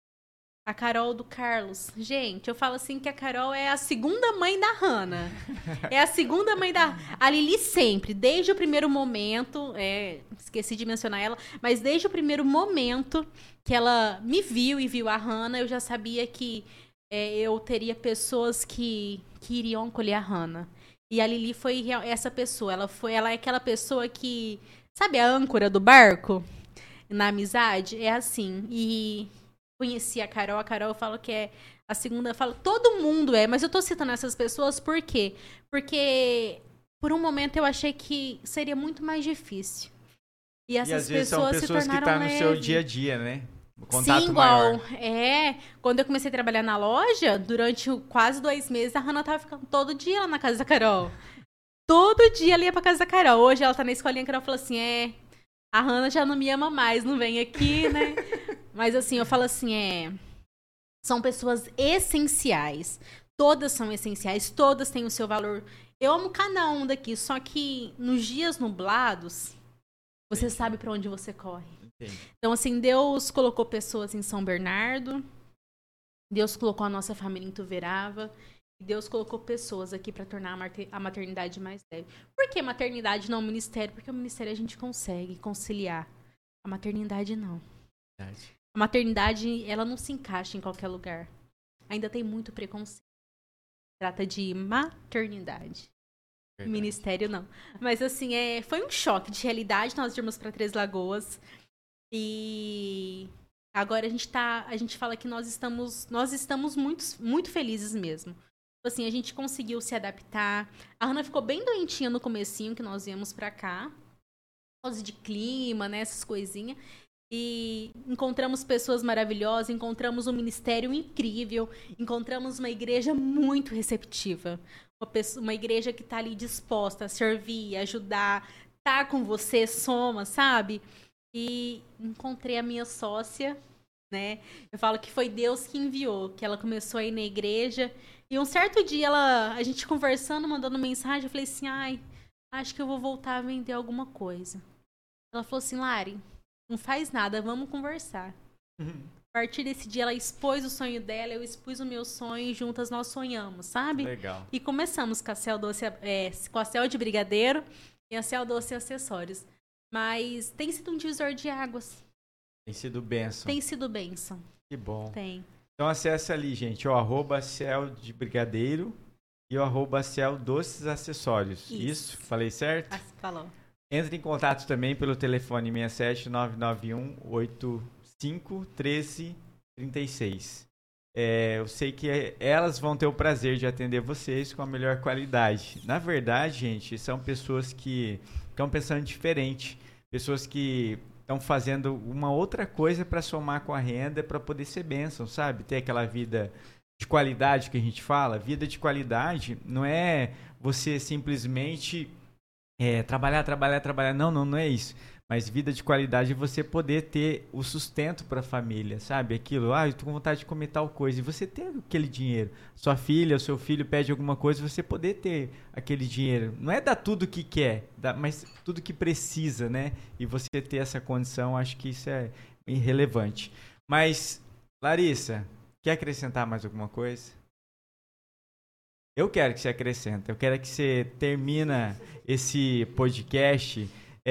A Carol do Carlos. Gente, eu falo assim que a Carol é a segunda mãe da Hannah. É a segunda mãe da... A Lili sempre, desde o primeiro momento... esqueci de mencionar ela. Mas desde o primeiro momento que ela me viu e viu a Hannah, eu já sabia que eu teria pessoas que iriam acolher a Hannah. E a Lili foi essa pessoa. Ela é aquela pessoa que... Sabe a âncora do barco? Na amizade? É assim. E... Conheci a Carol eu falo que é a segunda, eu falo, todo mundo mas eu tô citando essas pessoas por quê? Porque por um momento eu achei que seria muito mais difícil. E essas às vezes pessoas são se pessoas que tornaram tá no seu dia a dia, né? O contato Sim, maior. igual. Quando eu comecei a trabalhar na loja, durante quase 2 meses, a Hannah tava ficando todo dia lá na casa da Carol. Todo dia ela ia pra casa da Carol. Hoje ela tá na escolinha, a Carol falou assim, a Hannah já não me ama mais, não vem aqui, né? Mas assim, eu falo assim, são pessoas essenciais. Todas são essenciais, todas têm o seu valor. Eu amo cada um daqui, só que nos dias nublados, você sabe pra onde você corre. Entendi. Então, assim, Deus colocou pessoas em São Bernardo, Deus colocou a nossa família em Tuverava, e Deus colocou pessoas aqui pra tornar a maternidade mais leve. Por que maternidade não ministério? Porque o ministério a gente consegue conciliar. A maternidade não. Verdade. A maternidade, ela não se encaixa em qualquer lugar. Ainda tem muito preconceito. Trata de maternidade. Verdade. Ministério, não. Mas, assim, foi um choque de realidade. Nós íamos para Três Lagoas. E agora a gente fala que nós estamos muito, muito felizes mesmo. Assim, a gente conseguiu se adaptar. A Hannah ficou bem doentinha no comecinho que nós viemos para cá. Por causa de clima, né? Essas coisinhas. E encontramos pessoas maravilhosas, encontramos um ministério incrível, encontramos uma igreja muito receptiva. Uma igreja que está ali disposta a servir, ajudar, tá com você, soma, sabe? E encontrei a minha sócia, né? Eu falo que foi Deus que enviou, que ela começou a ir na igreja. E um certo dia, a gente conversando, mandando mensagem, eu falei assim, acho que eu vou voltar a vender alguma coisa. Ela falou assim, Lari, não faz nada, vamos conversar. A partir desse dia, ela expôs o sonho dela, eu expus o meu sonho e juntas nós sonhamos, sabe? Legal. E começamos com a Céu Doce, com a Céu de Brigadeiro e a Céu Doce Acessórios. Mas tem sido um divisor de águas. Tem sido bênção. Tem sido bênção. Que bom. Tem. Então acessa ali, gente, o @Céu de Brigadeiro e o @Céu Doces Acessórios. Isso? Falei certo? Falou. Entre em contato também pelo telefone 67 991 85 13 36. Eu sei que elas vão ter o prazer de atender vocês com a melhor qualidade. Na verdade, gente, são pessoas que estão pensando diferente. Pessoas que estão fazendo uma outra coisa para somar com a renda, para poder ser bênção, sabe? Ter aquela vida de qualidade que a gente fala. Vida de qualidade não é você simplesmente trabalhar. Não é isso. Mas vida de qualidade é você poder ter o sustento para a família, sabe? Aquilo, eu tô com vontade de comer tal coisa. E você ter aquele dinheiro. Sua filha, o seu filho pede alguma coisa, você poder ter aquele dinheiro. Não é dar tudo que quer, mas tudo que precisa, né? E você ter essa condição, acho que isso é irrelevante. Mas, Larissa, quer acrescentar mais alguma coisa? Eu quero que você acrescente. Eu quero que você termina esse podcast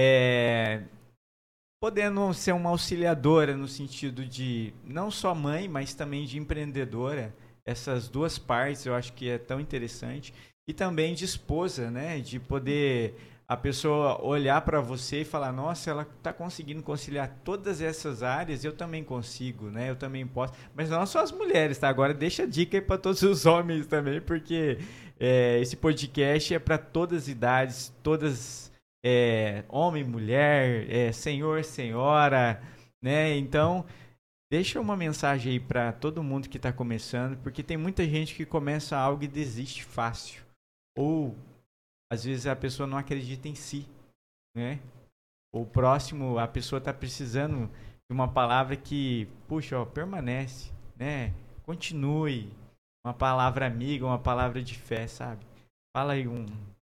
podendo ser uma auxiliadora no sentido de não só mãe, mas também de empreendedora. Essas duas partes eu acho que é tão interessante. E também de esposa, né? De poder a pessoa olhar para você e falar, nossa, ela está conseguindo conciliar todas essas áreas, eu também consigo, né? Eu também posso. Mas não só as mulheres, tá? Agora deixa a dica aí para todos os homens também, porque esse podcast é para todas as idades, todas... homem, mulher, senhor, senhora, né? Então, deixa uma mensagem aí para todo mundo que está começando, porque tem muita gente que começa algo e desiste fácil. Ou, às vezes, a pessoa não acredita em si, né? O próximo, a pessoa está precisando de uma palavra que, puxa, permanece, né? Continue. Uma palavra amiga, uma palavra de fé, sabe? Fala aí um...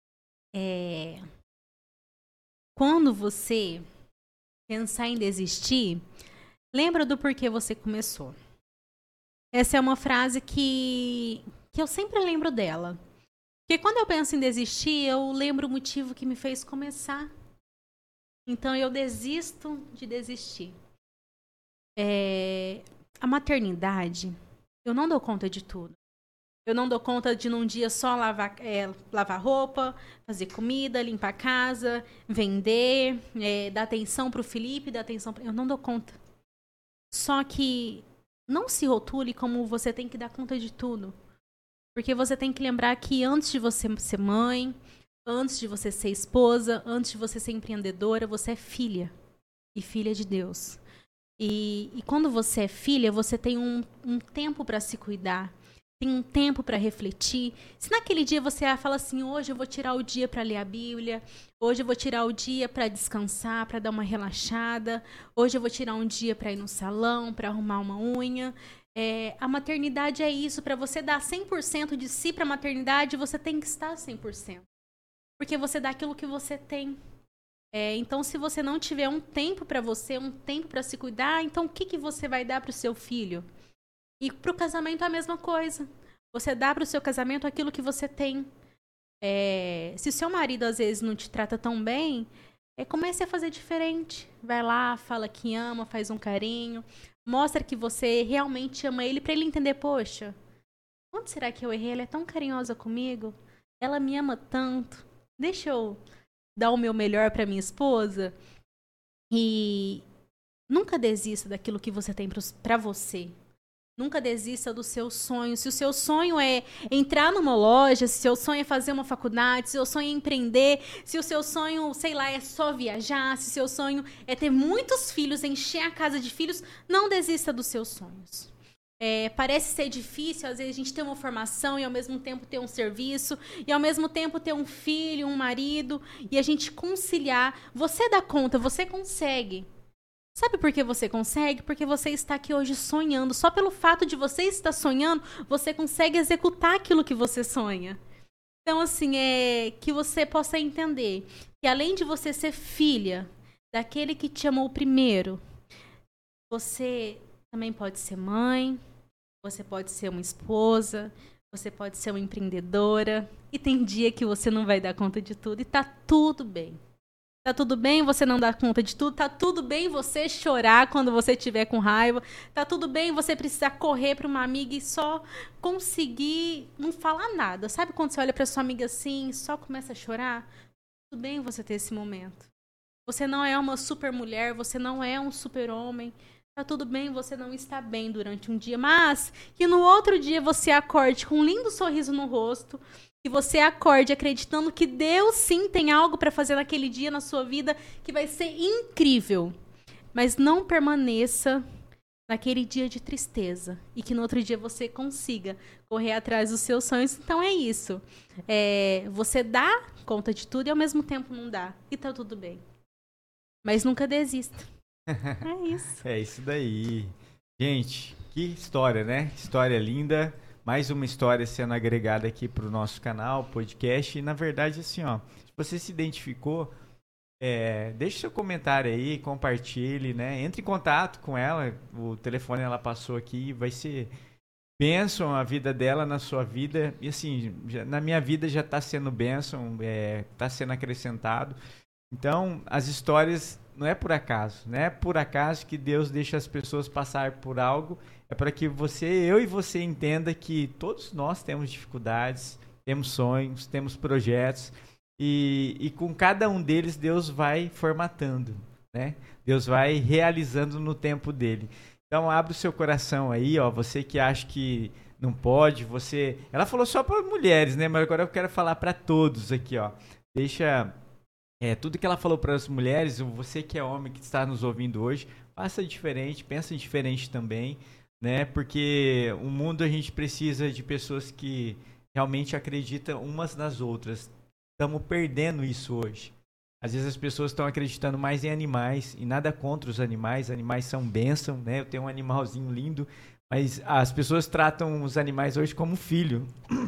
Quando você pensar em desistir, lembra do porquê você começou. Essa é uma frase que eu sempre lembro dela. Porque quando eu penso em desistir, eu lembro o motivo que me fez começar. Então eu desisto de desistir. A maternidade, eu não dou conta de tudo. Eu não dou conta de num dia só lavar roupa, fazer comida, limpar a casa, vender, dar atenção para o Felipe, dar atenção para... Eu não dou conta. Só que não se rotule como você tem que dar conta de tudo. Porque você tem que lembrar que antes de você ser mãe, antes de você ser esposa, antes de você ser empreendedora, você é filha. E filha de Deus. E quando você é filha, você tem um tempo para se cuidar. Tem um tempo para refletir. Se naquele dia você fala assim, hoje eu vou tirar o dia para ler a Bíblia, hoje eu vou tirar o dia para descansar, para dar uma relaxada, hoje eu vou tirar um dia para ir no salão, para arrumar uma unha. A maternidade é isso, para você dar 100% de si para a maternidade, você tem que estar 100%. Porque você dá aquilo que você tem. Então, se você não tiver um tempo para você, um tempo para se cuidar, então o que você vai dar para o seu filho? E para o casamento é a mesma coisa. Você dá para o seu casamento aquilo que você tem. Se o seu marido às vezes não te trata tão bem, comece a fazer diferente. Vai lá, fala que ama, faz um carinho. Mostra que você realmente ama ele para ele entender, poxa, onde será que eu errei? Ela é tão carinhosa comigo. Ela me ama tanto. Deixa eu dar o meu melhor para minha esposa. E nunca desista daquilo que você tem para você. Nunca desista do seu sonho. Se o seu sonho é entrar numa loja, se o seu sonho é fazer uma faculdade, se o seu sonho é empreender, se o seu sonho, sei lá, é só viajar, se o seu sonho é ter muitos filhos, encher a casa de filhos, não desista dos seus sonhos. Parece ser difícil, às vezes a gente ter uma formação e ao mesmo tempo ter um serviço, e ao mesmo tempo ter um filho, um marido, e a gente conciliar. Você dá conta, você consegue. Sabe por que você consegue? Porque você está aqui hoje sonhando. Só pelo fato de você estar sonhando, você consegue executar aquilo que você sonha. Então, assim, que você possa entender que além de você ser filha daquele que te amou primeiro, você também pode ser mãe, você pode ser uma esposa, você pode ser uma empreendedora. E tem dia que você não vai dar conta de tudo e tá tudo bem. Tá tudo bem você não dar conta de tudo, tá tudo bem você chorar quando você estiver com raiva, tá tudo bem você precisar correr para uma amiga e só conseguir não falar nada. Sabe quando você olha para sua amiga assim e só começa a chorar? Tudo bem você ter esse momento. Você não é uma super mulher, você não é um super homem. Tá tudo bem você não estar bem durante um dia, mas que no outro dia você acorde com um lindo sorriso no rosto, que você acorde acreditando que Deus sim tem algo para fazer naquele dia na sua vida que vai ser incrível. mas não permaneça naquele dia de tristeza e que no outro dia você consiga correr atrás dos seus sonhos. Então é isso. Você dá conta de tudo e ao mesmo tempo não dá. E tá tudo bem. Mas nunca desista. É isso. É isso daí. Gente, que história, né? História linda. Mais uma história sendo agregada aqui pro nosso canal, podcast. E na verdade, assim, ó, se você se identificou, deixe seu comentário aí, compartilhe, né? Entre em contato com ela. O telefone ela passou aqui, vai ser bênção a vida dela na sua vida. E assim, na minha vida já está sendo bênção, está sendo acrescentado. Então, as histórias não é por acaso. Não é por acaso que Deus deixa as pessoas passar por algo. É para que eu e você entenda que todos nós temos dificuldades, temos sonhos, temos projetos. E com cada um deles, Deus vai formatando, né? Deus vai realizando no tempo dele. Então, abre o seu coração aí, ó. Você que acha que não pode, Ela falou só para mulheres, né? Mas agora eu quero falar para todos aqui, ó. Deixa... tudo que ela falou para as mulheres, você que é homem que está nos ouvindo hoje, faça diferente, pensa diferente também, né? Porque o mundo a gente precisa de pessoas que realmente acreditam umas nas outras. Estamos perdendo isso hoje. Às vezes as pessoas estão acreditando mais em animais, e nada contra os animais são bênção, né? Eu tenho um animalzinho lindo, mas as pessoas tratam os animais hoje como filho.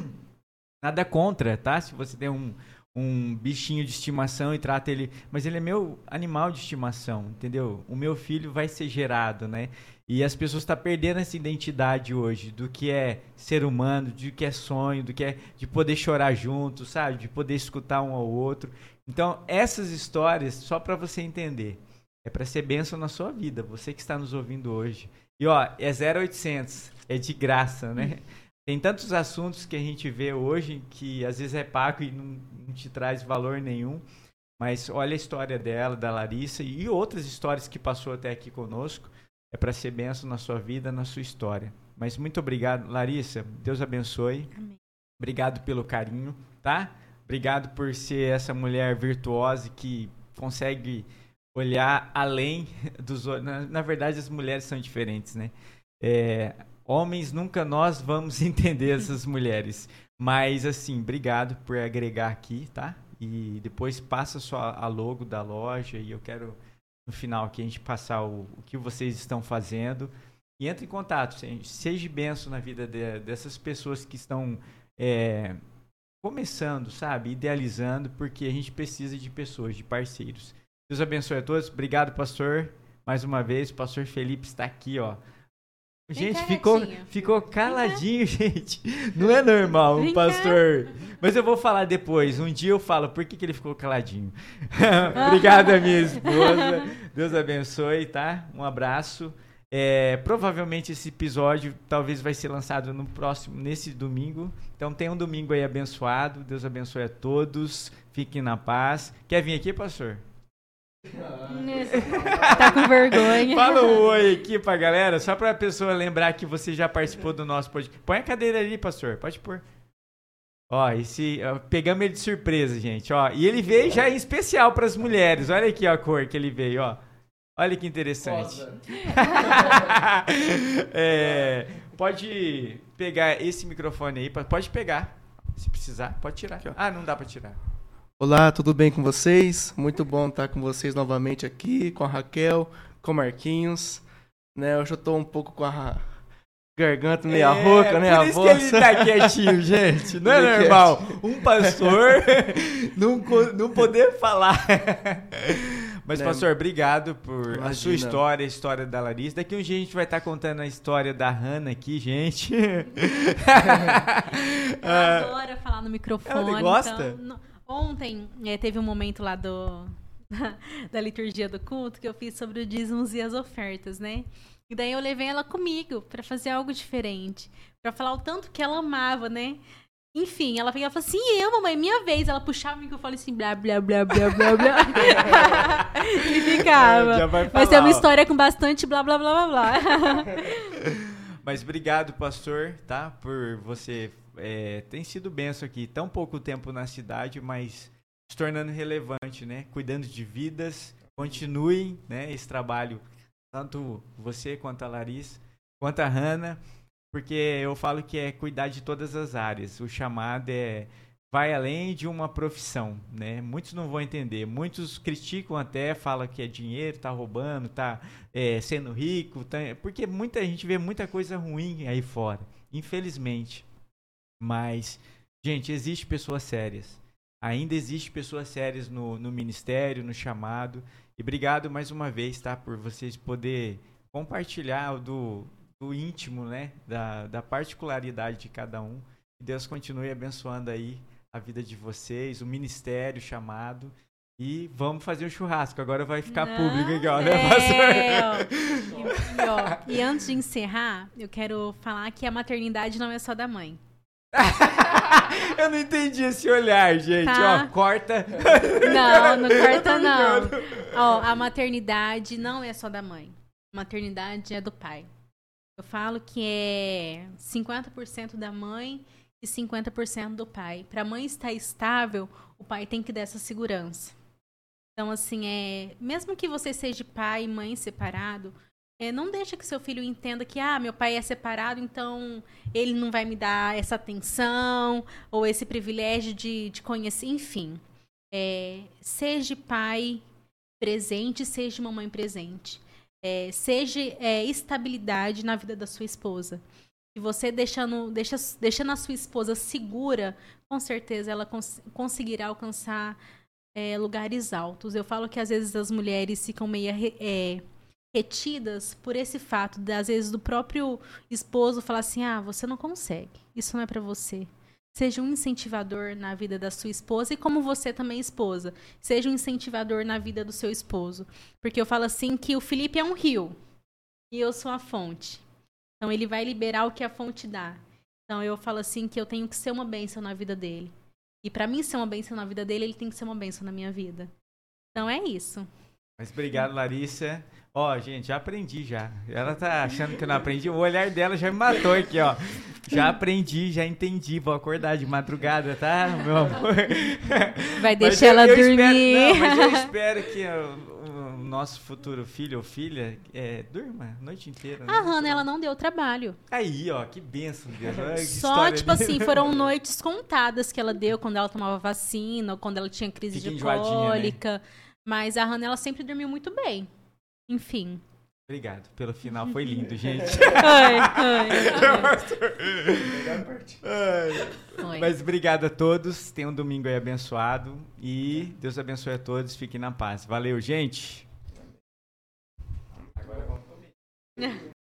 Nada contra, tá? Se você tem um bichinho de estimação e trata ele... Mas ele é meu animal de estimação, entendeu? O meu filho vai ser gerado, né? E as pessoas estão perdendo essa identidade hoje do que é ser humano, do que é sonho, do que é de poder chorar junto, sabe? De poder escutar um ao outro. Então, essas histórias, só para você entender, é para ser bênção na sua vida, você que está nos ouvindo hoje. E ó, é 0800, é de graça, né? Tem tantos assuntos que a gente vê hoje que às vezes é pago e não te traz valor nenhum. Mas olha a história dela, da Larissa e outras histórias que passou até aqui conosco. É para ser bênção na sua vida, na sua história. Mas muito obrigado, Larissa. Deus abençoe. Amém. Obrigado pelo carinho, tá? Obrigado por ser essa mulher virtuosa que consegue olhar além dos olhos. Na verdade, as mulheres são diferentes, né? Homens, nunca nós vamos entender essas mulheres. Mas, assim, obrigado por agregar aqui, tá? E depois passa a logo da loja e eu quero, no final, aqui a gente passar o que vocês estão fazendo. E entre em contato, seja bênção na vida dessas pessoas que estão começando, sabe? Idealizando, porque a gente precisa de pessoas, de parceiros. Deus abençoe a todos. Obrigado, pastor. Mais uma vez, o pastor Felipe está aqui, ó. Gente, ficou caladinho, gente. Não é normal um pastor. Mas eu vou falar depois. Um dia eu falo por que ele ficou caladinho. Obrigado, minha esposa. Deus abençoe, tá? Um abraço. Provavelmente esse episódio talvez vai ser lançado nesse domingo. Então tem um domingo aí abençoado. Deus abençoe a todos. Fiquem na paz. Quer vir aqui, pastor? Tá com vergonha. Fala um oi aqui pra galera, só pra pessoa lembrar que você já participou do nosso podcast. Põe a cadeira ali, pastor, pode pôr. Ó, pegamos ele de surpresa, gente, ó. E ele veio já em especial pras mulheres. Olha aqui ó, a cor que ele veio, ó. Olha que interessante. Pode pegar esse microfone aí, pode pegar. Se precisar, pode tirar. Aqui, não dá pra tirar. Olá, tudo bem com vocês? Muito bom estar com vocês novamente aqui, com a Raquel, com o Marquinhos. Né, hoje eu tô um pouco com a garganta meio rouca, né? Por isso que ele tá quietinho, gente. Não é normal um pastor não poder falar. Mas, né, pastor, obrigado por a sua história, a história da Larissa. Daqui um dia a gente vai estar contando a história da Hannah aqui, gente. Ela adora falar no microfone. Ela gosta? Então, ontem teve um momento lá da liturgia do culto que eu fiz sobre os dízimos e as ofertas, né? E daí eu levei ela comigo pra fazer algo diferente, pra falar o tanto que ela amava, né? Enfim, ela falou assim, eu, mamãe, minha vez. Ela puxava o microfone assim, blá, blá, blá, blá, blá, blá. E ficava. Mas tem uma história com bastante blá, blá, blá, blá, blá. Mas obrigado, pastor, tá? Por você... tem sido bênção aqui, tão pouco tempo na cidade, mas se tornando relevante, né? Cuidando de vidas, continuem, né? Esse trabalho tanto você quanto a Larissa, quanto a Hannah, porque eu falo que é cuidar de todas as áreas. O chamado vai além de uma profissão, né? Muitos não vão entender, muitos criticam até, falam que é dinheiro, tá roubando, tá sendo rico, porque muita gente vê muita coisa ruim aí fora, infelizmente. Mas, gente, existe pessoas sérias. Ainda existe pessoas sérias no ministério, no chamado. E obrigado mais uma vez, tá? Por vocês poderem compartilhar do íntimo, né? Da particularidade de cada um. Que Deus continue abençoando aí a vida de vocês, o ministério, o chamado. E vamos fazer um churrasco. Agora vai ficar público igual, né, pastor? E antes de encerrar, eu quero falar que a maternidade não é só da mãe. Eu não entendi esse olhar, gente. Tá. Ó, corta. Não corta, não. Ó, a maternidade não é só da mãe. A maternidade é do pai. Eu falo que é 50% da mãe e 50% do pai. Para a mãe estar estável, o pai tem que dar essa segurança. Então, assim, mesmo que você seja pai e mãe separado, não deixa que seu filho entenda que, meu pai é separado, então ele não vai me dar essa atenção ou esse privilégio de conhecer, enfim. Seja pai presente, seja mamãe presente. Seja estabilidade na vida da sua esposa. Se você deixando a sua esposa segura, com certeza ela conseguirá alcançar lugares altos. Eu falo que às vezes as mulheres ficam meio retidas por esse fato, às vezes do próprio esposo falar assim, você não consegue, isso não é pra você. Seja um incentivador na vida da sua esposa e como você também, esposa, seja um incentivador na vida do seu esposo. Porque eu falo assim que o Felipe é um rio e eu sou a fonte. Então ele vai liberar o que a fonte dá. Então eu falo assim que eu tenho que ser uma bênção na vida dele. E pra mim ser uma bênção na vida dele, ele tem que ser uma bênção na minha vida. Então é isso. Mas obrigado, Larissa. Gente, já aprendi já. Ela tá achando que eu não aprendi. O olhar dela já me matou aqui, ó. Já aprendi, já entendi. Vou acordar de madrugada, tá, meu amor? Vai deixar ela dormir. Mas eu espero que o nosso futuro filho ou filha durma a noite inteira. Né? A Hannah, ela não deu trabalho. Aí, ó, que bênção, Deus. Só, tipo assim, foram noites contadas que ela deu quando ela tomava vacina, ou quando ela tinha crise de cólica. Né? Mas a Hannah, ela sempre dormiu muito bem. Enfim. Obrigado. Pelo final foi lindo, gente. Mas obrigado a todos. Tenham um domingo aí abençoado. E Deus abençoe a todos. Fiquem na paz. Valeu, gente. Agora vamos comer.